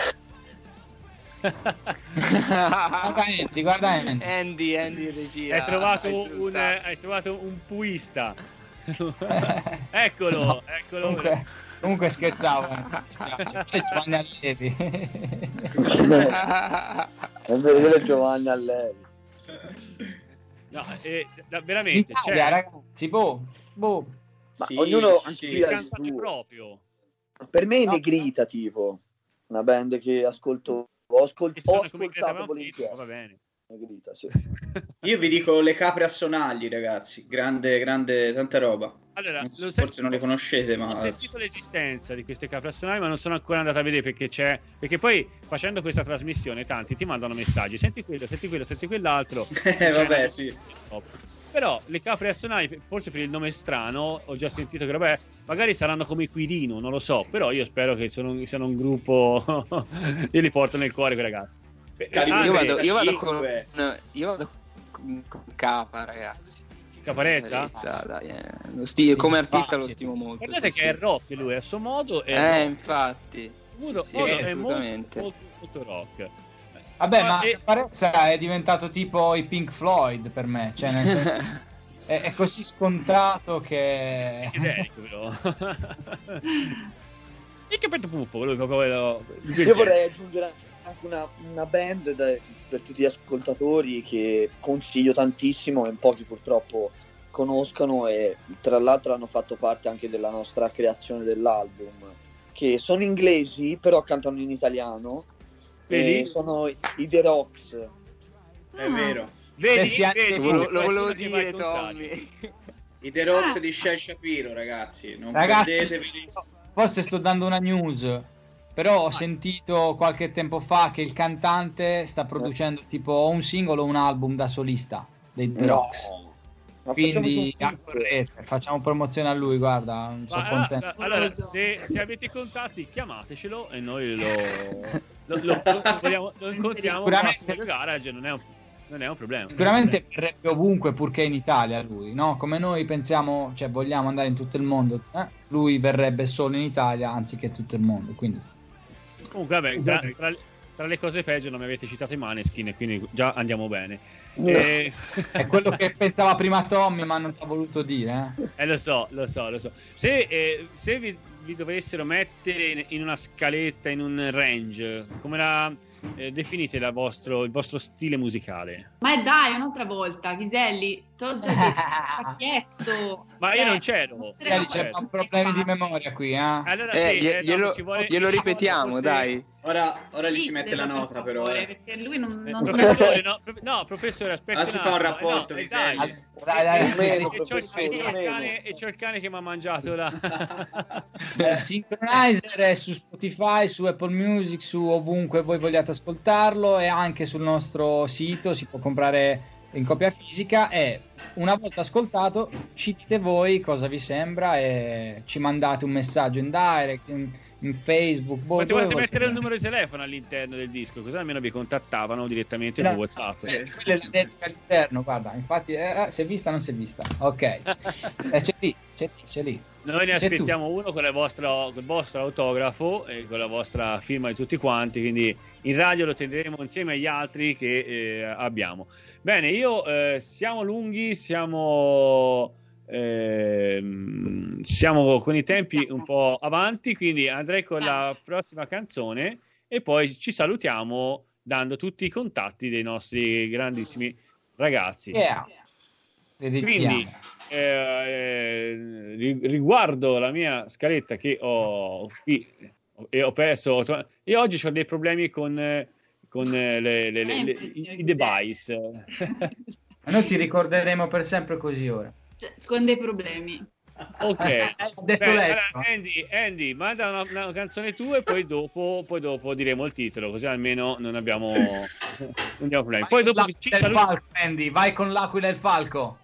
Guarda Andy, guarda Andy. Andy, Andy regia. Hai trovato hai un, sfruttato. hai trovato un puista. Eccolo, No, eccolo. Comunque, comunque scherzavo. eh. Ci piace. Giovanni Allevi. È vero che è Giovanni Allevi. No, eh, da- In veramente, Italia, cioè, ragazzi, boh, boh. Ma Sì, ognuno sì, sì. ispira il cantate suo. proprio. Per me è No. Negrita, tipo, una band che ascolto, ho, ascol- Che ho sono come Greta ascoltato Van Fleet, volentieri. va bene. Negrita, sì. Io vi dico le capre a sonagli, ragazzi. Grande, grande, tanta roba. Allora, Non so- lo forse sai- non le conoscete, ma Ho sentito l'esistenza di queste capre astronali, ma non sono ancora andato a vedere perché c'è. Perché poi facendo questa trasmissione, tanti ti mandano messaggi: senti quello, senti quello, senti quell'altro. Eh, C'è vabbè, una- sì. Però le capre astronali, forse per il nome strano, ho già sentito che vabbè, magari saranno come i Quirino, non lo so. Però io spero che siano, siano un gruppo. Io li porto nel cuore, quei ragazzi. Calibro Ah, io, Andre, vado, io vado con cinque. no, io vado con, con Capa, ragazzi. Caparezza? Caparezza, dai, eh. Lo sti- come artista lo stimo molto. Guardate sì, che è sì. rock lui, a suo modo è Eh, rock. infatti. Modo- Sì, modo sì, è molto, assolutamente. molto, molto rock. Vabbè, Ma- ma e- Caparezza è diventato tipo i Pink Floyd per me, cioè nel senso è, è così scontato che Generico, però. Il capetto puffo, quello che quello- Io vorrei aggiungere anche una, una band da- per tutti gli ascoltatori che consiglio tantissimo e in pochi purtroppo conoscono, e tra l'altro hanno fatto parte anche della nostra creazione dell'album, che sono inglesi però cantano in italiano. Vedi? E sono i The Rocks. È vero. Vedi, Stessi anni- vedi, Lo, c'è volevo- lo qualcuno volevo che va al dire, contrario. Tommy. I The Rocks Ah. di Shel Shapiro, ragazzi. Non Ragazzi, perdetevi. forse sto dando una news, però ho sentito qualche tempo fa che il cantante sta producendo tipo o un singolo o un album da solista dei The Rocks. Ma Quindi facciamo un accorrete, facciamo promozione a lui, guarda, sono Ma, contento. ah, allora, se, se avete i contatti, chiamatecelo e noi lo, lo, lo, lo, vogliamo- lo incontriamo al Sicuramente- Massimo Garage, non è un, non è un problema. Sicuramente verrebbe ovunque purché in Italia lui, no? Come noi pensiamo, cioè vogliamo andare in tutto il mondo, eh? Lui verrebbe solo in Italia anziché tutto il mondo, quindi Comunque, vabbè, tra, tra- tra le cose peggio non mi avete citato i Maneskin, quindi già andiamo bene. E, è quello che pensava prima Tommy, ma non ti ha voluto dire, eh? eh, lo so, lo so, lo so. Se, eh, se vi, vi dovessero mettere in, in una scaletta, in un range, come la eh, definite la vostro, il vostro stile musicale? Ma dai, un'altra volta, Ghiselli, ti ho già detto, ti ho chiesto. Ma io Eh, non c'ero. Sì, Non c'è c'ero. problemi di memoria qui, eh? Allora, Eh, sì, glie- eh, no, glielo, ci vuole- glielo ci vuole ripetiamo, forse- dai. Ora, ora gli Sì, ci mette devo, la per nota, però. favore, eh. perché lui non, Eh, non professore, no, pro- no, professore, aspetta Ah, un si fa attimo. un Eh, rapporto, no, eh, Ghiselli. dai. Dai, dai, E- dai, e- meno, e c'ho il- professore, e c'ho il meno. cane- e c'ho il cane che mi ha mangiato la Eh, Synchronizer è su Spotify, su Apple Music, su ovunque voi vogliate ascoltarlo, e anche sul nostro sito si può comprare in copia fisica, e una volta ascoltato ci dite voi cosa vi sembra e ci mandate un messaggio in direct, in, in Facebook, boh, Potevate dove mettere un volete. numero di telefono all'interno del disco, così almeno vi contattavano direttamente No, su WhatsApp. eh, quella è la dedica all'interno, guarda, infatti eh, eh, si è vista o non si è vista, ok. Eh, c'è lì, c'è lì, c'è lì. Noi ne C'è aspettiamo uno con, la vostra, con il vostro autografo e con la vostra firma di tutti quanti, quindi in radio lo tenderemo insieme agli altri che eh, abbiamo. Bene, io eh, siamo lunghi, siamo, ehm, siamo con i tempi un po' avanti, quindi andrei con la prossima canzone e poi ci salutiamo dando tutti i contatti dei nostri grandissimi ragazzi. Yeah. Quindi eh, eh, riguardo la mia scaletta che ho qui e ho perso, io oggi ho dei problemi con, con le, le, le, le, i, i device. Noi ti ricorderemo per sempre così ora. Con dei problemi. Ok, Ho detto beh, lei. allora, Andy, Andy, manda una, una canzone tua e poi dopo, poi dopo diremo il titolo, così almeno non abbiamo, non abbiamo problemi. Poi dopo ci L'aquila e il saluti. falco, Andy, vai con l'aquila e il falco.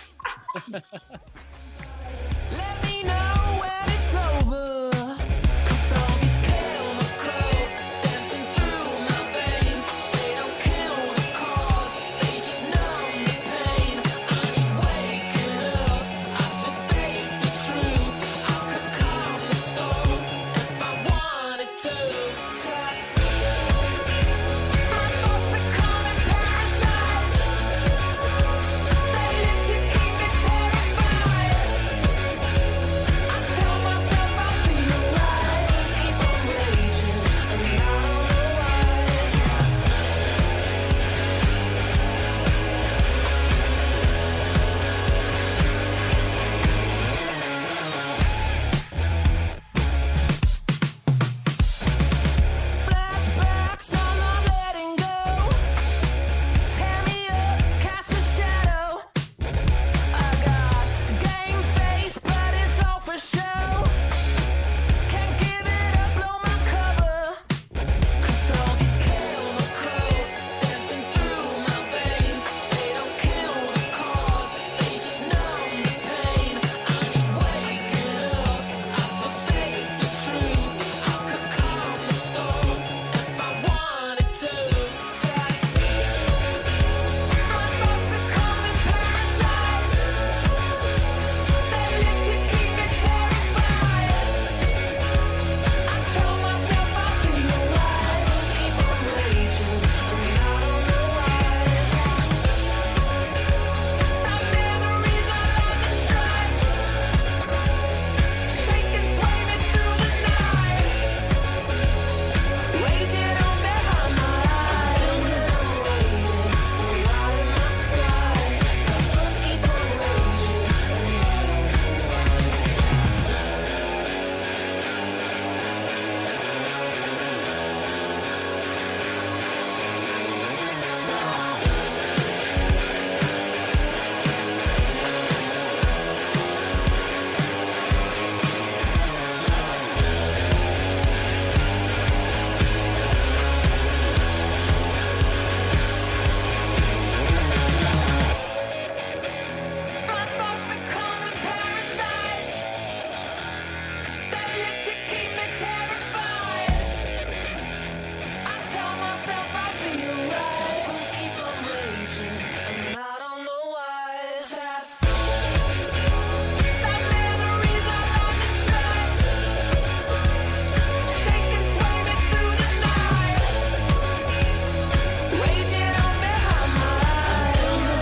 Let me know when it's over. 'Cause all these chemicals dancing through my veins, they don't kill the cause, they just numb the pain. I need waking up, I should face the truth. I could calm the storm if I wanted to. My thoughts becoming parasites. They live to keep me terrified. I tell myself I'll be alright. Keep on raging, and I don't know flashbacks, I'm not letting go. Tear me up, cast a shadow. I got game face, but it's all for show. Can't give it up, blow my cover. 'Cause all these chemicals dancing through my veins, they don't kill the cause, they just numb the pain. I need waking up, I should face the truth. I could calm the storm if I wanted to. My thoughts becoming parasites. They live to keep me terrified. I tell myself I'll be alright. Keep on raging, and I don't know why. My memories are like a stripe, shake and sway me through the night. Raging on behind my eyes. I'm waiting for light in my sky. So let's keep on raging, and I don't My thoughts becoming parasites. They live to keep me terrified. I tell myself I'll be alright. Thoughts keep on raging, and I don't know why. My memories are like a stripe, shake and sway me through the night. Raging on behind my eyes.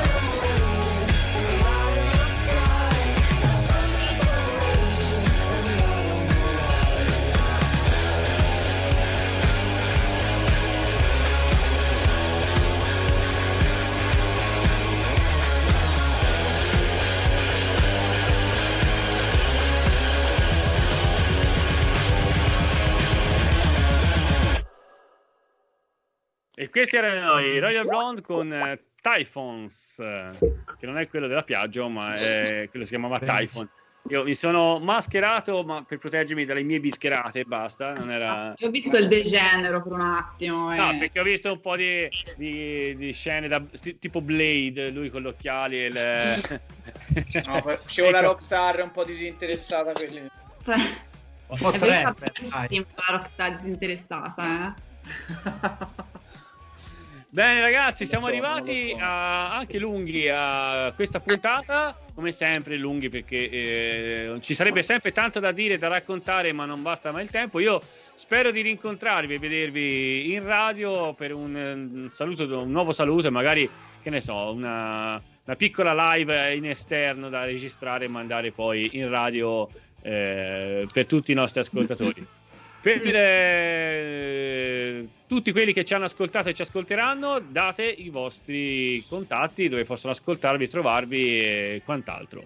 E questi erano i Royal Blonde con eh, Typhons, eh, che non è quello della Piaggio, ma è quello che si chiamava Typhon. Io mi sono mascherato, ma per proteggermi dalle mie bischerate e basta. Non era... Io ho visto il degenero per un attimo. No, eh. perché ho visto un po' di, di, di scene da, sti- tipo Blade, lui con gli occhiali e le... No, facevo la Ecco. rockstar un po' disinteressata. Quelli. Un po' È tre, vero, dai. la rockstar disinteressata, eh. Bene ragazzi, Non siamo so, arrivati non lo so. a, anche lunghi a questa puntata, come sempre lunghi perché eh, ci sarebbe sempre tanto da dire, da raccontare, ma non basta mai il tempo. Io spero di rincontrarvi e vedervi in radio per un, un saluto, un nuovo saluto e magari, che ne so, una, una piccola live in esterno da registrare e mandare poi in radio eh, per tutti i nostri ascoltatori. Per, eh, tutti quelli che ci hanno ascoltato e ci ascolteranno, date i vostri contatti dove possono ascoltarvi, trovarvi e quant'altro.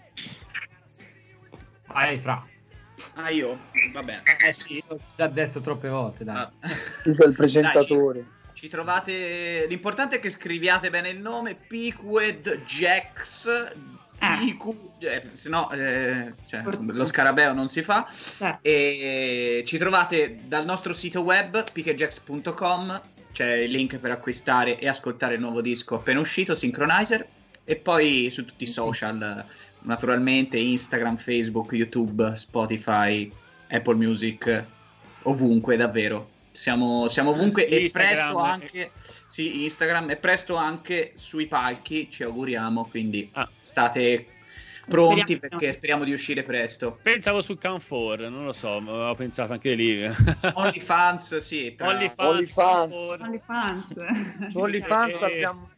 Vai, Fra. Ah, io? Va bene. Eh sì, l'ho già detto troppe volte, dai. Ah. Tu sei il presentatore. Dai, ci, ci trovate. L'importante è che scriviate bene il nome: Piqued Jax. I Q, eh, se no eh, cioè, lo scarabeo non si fa. Eh. E ci trovate dal nostro sito web piquedjax punto com, c'è il link per acquistare e ascoltare il nuovo disco appena uscito, Synchronizer, e poi su tutti i social, naturalmente Instagram, Facebook, YouTube, Spotify, Apple Music, ovunque, davvero. Siamo, siamo ovunque e Instagram. presto anche sì, Instagram e presto anche sui palchi, ci auguriamo, quindi Ah. state pronti Speriamo. perché speriamo di uscire presto. Pensavo su Canfor, non lo so, ho pensato anche lì. OnlyFans, sì, tra... OnlyFans, OnlyFans. Canfor. OnlyFans. Su OnlyFans Eh, abbiamo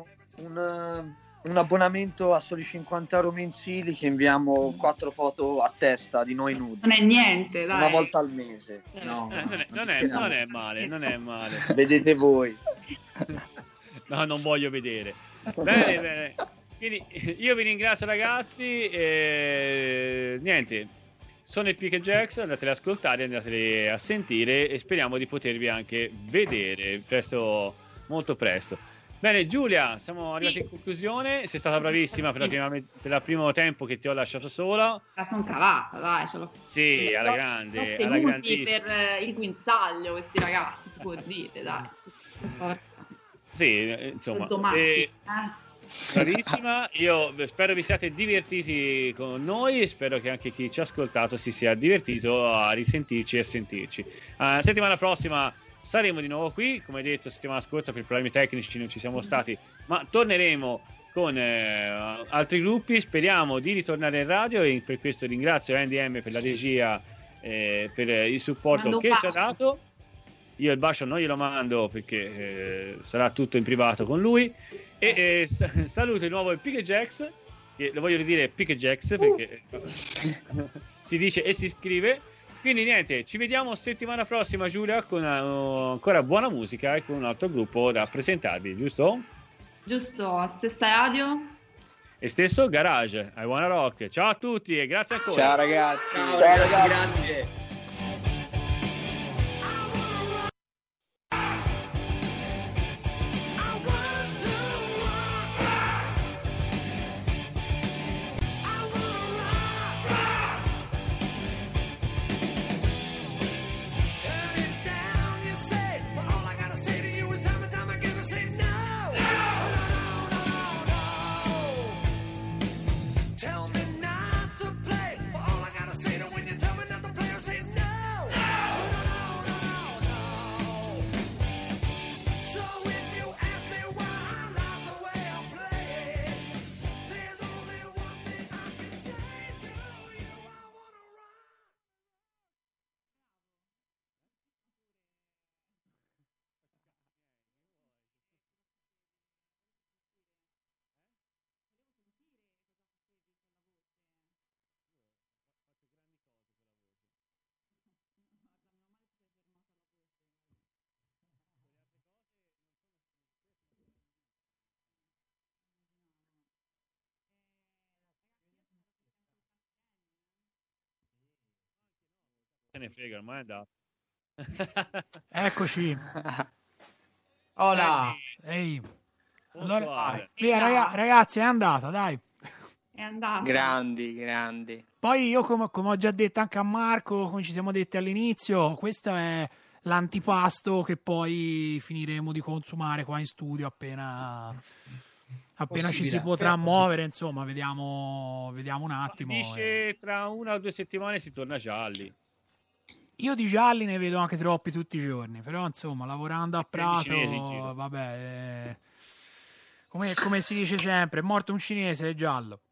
un, un abbonamento a soli cinquanta euro mensili che inviamo quattro foto a testa di noi nudi Non è niente, dai. una volta al mese. No, Eh, non, è, non, è, rischiamo. non è male, non è male. Vedete voi. No, non voglio vedere. Bene, bene. Quindi io vi ringrazio, ragazzi. E... niente, sono i Piqued Jax, andateli ad ascoltare, andateli a sentire e speriamo di potervi anche vedere presto, molto presto. Bene, Giulia, siamo arrivati Sì. in conclusione. Sei stata bravissima per, la prima, per il primo tempo che ti ho lasciato sola. La sono cavata, dai. Ce l'ho Sì, alla Sono grande, tenuti alla grandissima. per eh, il guinzaglio questi ragazzi, si può dire, dai. Su- forza. Sì, eh, insomma, Domani, eh, eh. bravissima. Io spero vi siate divertiti con noi e spero che anche chi ci ha ascoltato si sia divertito a risentirci e a sentirci. Uh, settimana prossima saremo di nuovo qui, come detto settimana scorsa per problemi tecnici non ci siamo stati, ma torneremo con eh, altri gruppi, speriamo di ritornare in radio e per questo ringrazio Andy M per la regia, eh, per il supporto Mando un che ci ha bacio. dato. Io il bacio non glielo mando perché eh, sarà tutto in privato con lui e eh, sa- saluto il nuovo Piqued Jax, che lo voglio ridire Piqued Jax perché si dice e si scrive. Quindi niente, ci vediamo settimana prossima, Giulia, con uh, ancora buona musica e con un altro gruppo da presentarvi, giusto? Giusto, stessa radio. E stesso Garage, I Wanna Rock. Ciao a tutti e grazie ancora. Ciao ragazzi. Ciao ragazzi, grazie. Turn it down, you say. Well, all I gotta say to you is time and time again to say no. No, no, no, no. Tell me not to play. Well, all I gotta say to when you tell me not to play, I say no. No, no, no, no. So if you ask me why I like the way I play, there's only one thing I can say to you. I wanna rock. Se ne frega, ormai è andato. Eccoci. Hola. Ehi. Bonsoir. Allora, via, raga- ragazzi, è andata, dai. È andato. Grandi, grandi. Poi io, come, come ho già detto anche a Marco, come ci siamo detti all'inizio, questo è l'antipasto che poi finiremo di consumare qua in studio appena, appena ci Possibile. si potrà Appena muovere, insomma, vediamo, vediamo un attimo. Dice tra una o due settimane si torna gialli. Io di gialli ne vedo anche troppi tutti i giorni, però insomma, lavorando a Prato, cinesi in giro. vabbè, eh, come, come si dice sempre, è morto un cinese, è giallo.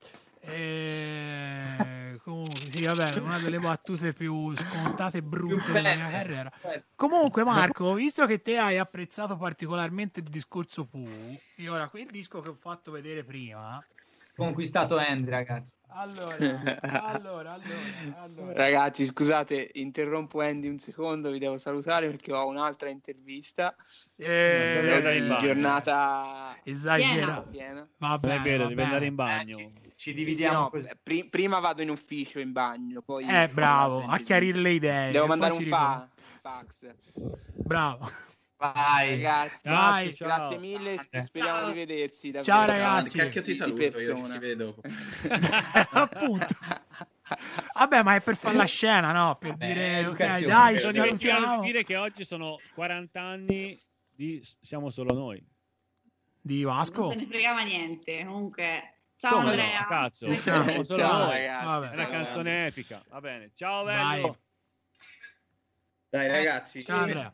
Eh, comunque, sì, vabbè, una delle battute più scontate e brutte della mia carriera. Comunque, Marco, visto che te hai apprezzato particolarmente il discorso Pooh, e ora qui il disco che ho fatto vedere prima, conquistato Andy, ragazzi. Allora, allora, allora, allora. Ragazzi, scusate, interrompo Andy un secondo, vi devo salutare perché ho un'altra intervista. Eh, andare in bagno. Giornata esagera. piena. Va Non è bene, vero, va devi bene. andare in bagno. Eh, ci, ci Sì, sì, dividiamo no, così. pri- prima vado in ufficio in bagno, poi Eh, bravo, vado a chiarire le idee. Devo che mandare poi un si fa- fax. ricorda. Bravo. Vai. Ragazzi, Vai. Ciao. grazie mille, sp- speriamo Ciao. di vedersi. davvero. Ciao, ragazzi. Cacchio si Di saluto, io, persona. ci vedo. Appunto. Vabbè, ma è per fare la scena, no? Per Vabbè, dire, ok, educazione. dai, Non ci dimentichiamo di salutiamo. dire che oggi sono quaranta anni di Siamo Solo Noi. Di Non Vasco. ce ne fregava niente. Comunque, ciao Come no? Andrea. Cazzo, Dai, siamo solo Ciao, noi. ragazzi. Vabbè. È una canzone epica. Va bene. Ciao, Vai. bello. Dai ragazzi, Ciao, Andrea.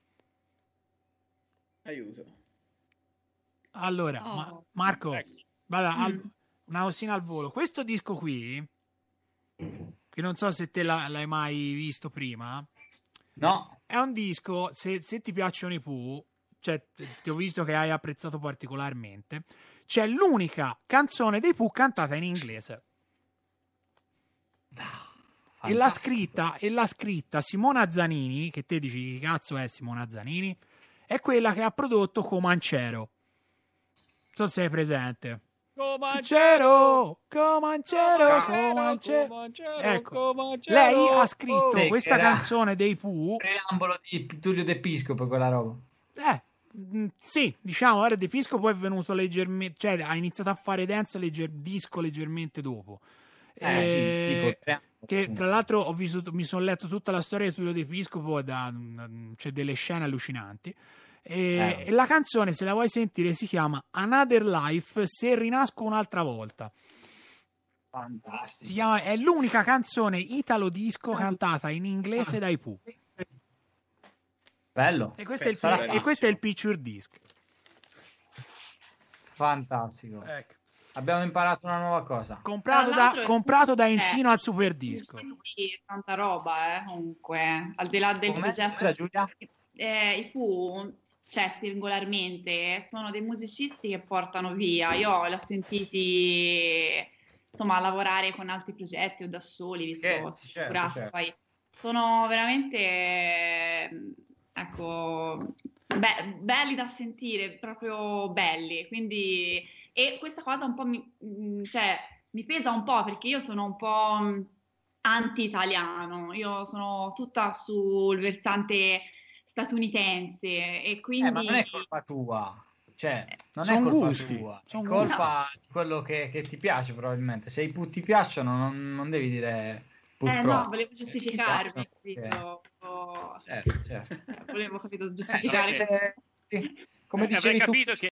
aiuto. Allora, Oh. Ma- Marco, Ecco. vada, al- Mm. una cosina al volo. Questo disco qui, che non so se te la- l'hai mai visto prima, No, è un disco, se, se ti piacciono i Pooh, cioè t- ti ho visto che hai apprezzato particolarmente, c'è l'unica canzone dei Pooh cantata in inglese. E l'ha scritta, e l'ha scritta Simona Zanini, che te dici chi cazzo è Simona Zanini, è quella che ha prodotto Comancero. Non so se sei presente. Comancero, Comancero, Comancero. Comancero, Ecco, Comancero. lei ha scritto Sì, questa che era- canzone dei Pooh. preambolo di Tullio D'Episcopo, quella roba. Eh, mh, sì, diciamo, ora De Piscopo è venuto leggermente, cioè ha iniziato a fare dance legger, disco leggermente dopo. Eh, sì, Eh, tipo, preambolo. che tra l'altro ho vissuto, mi sono letto tutta la storia di Tullio De Piscopo, da, mh, c'è delle scene allucinanti. E, Eh. e la canzone, se la vuoi sentire, si chiama Another Life, se rinasco un'altra volta. Si Fantastico. chiama, è l'unica canzone italo disco cantata in inglese dai Pooh. Bello. E questo, è il, Sarà e questo è il picture disc. fantastico. Ecco. Abbiamo imparato una nuova cosa. Comprato Tra da, l'altro è- comprato da eh, Enzino al super disco. Sì, tanta roba, eh, comunque, al di là del Come? progetto. Scusa, Giulia? Eh, i Pooh, cioè singolarmente, sono dei musicisti che portano via. Io li ho sentiti, insomma, lavorare con altri progetti o da soli, visto Sì, che sì, certo, curato, certo. poi sono veramente, ecco, be- belli da sentire, proprio belli. Quindi, e questa cosa un po' mi, mh, cioè, mi pesa un po' perché io sono un po' mh, anti-italiano, io sono tutta sul versante statunitense e quindi Eh, ma non è colpa tua. Cioè, non Son è colpa gusti, tua. È son colpa di quello che, che ti piace, probabilmente. Se i Pooh ti piacciono, non, non devi dire purtroppo. Eh no, volevo Ti giustificarmi, piacciono, capito? Oh, Certo, certo. volevo capito Eh, giustificare. se- se- come Eh, avrei dicevi tu, capito che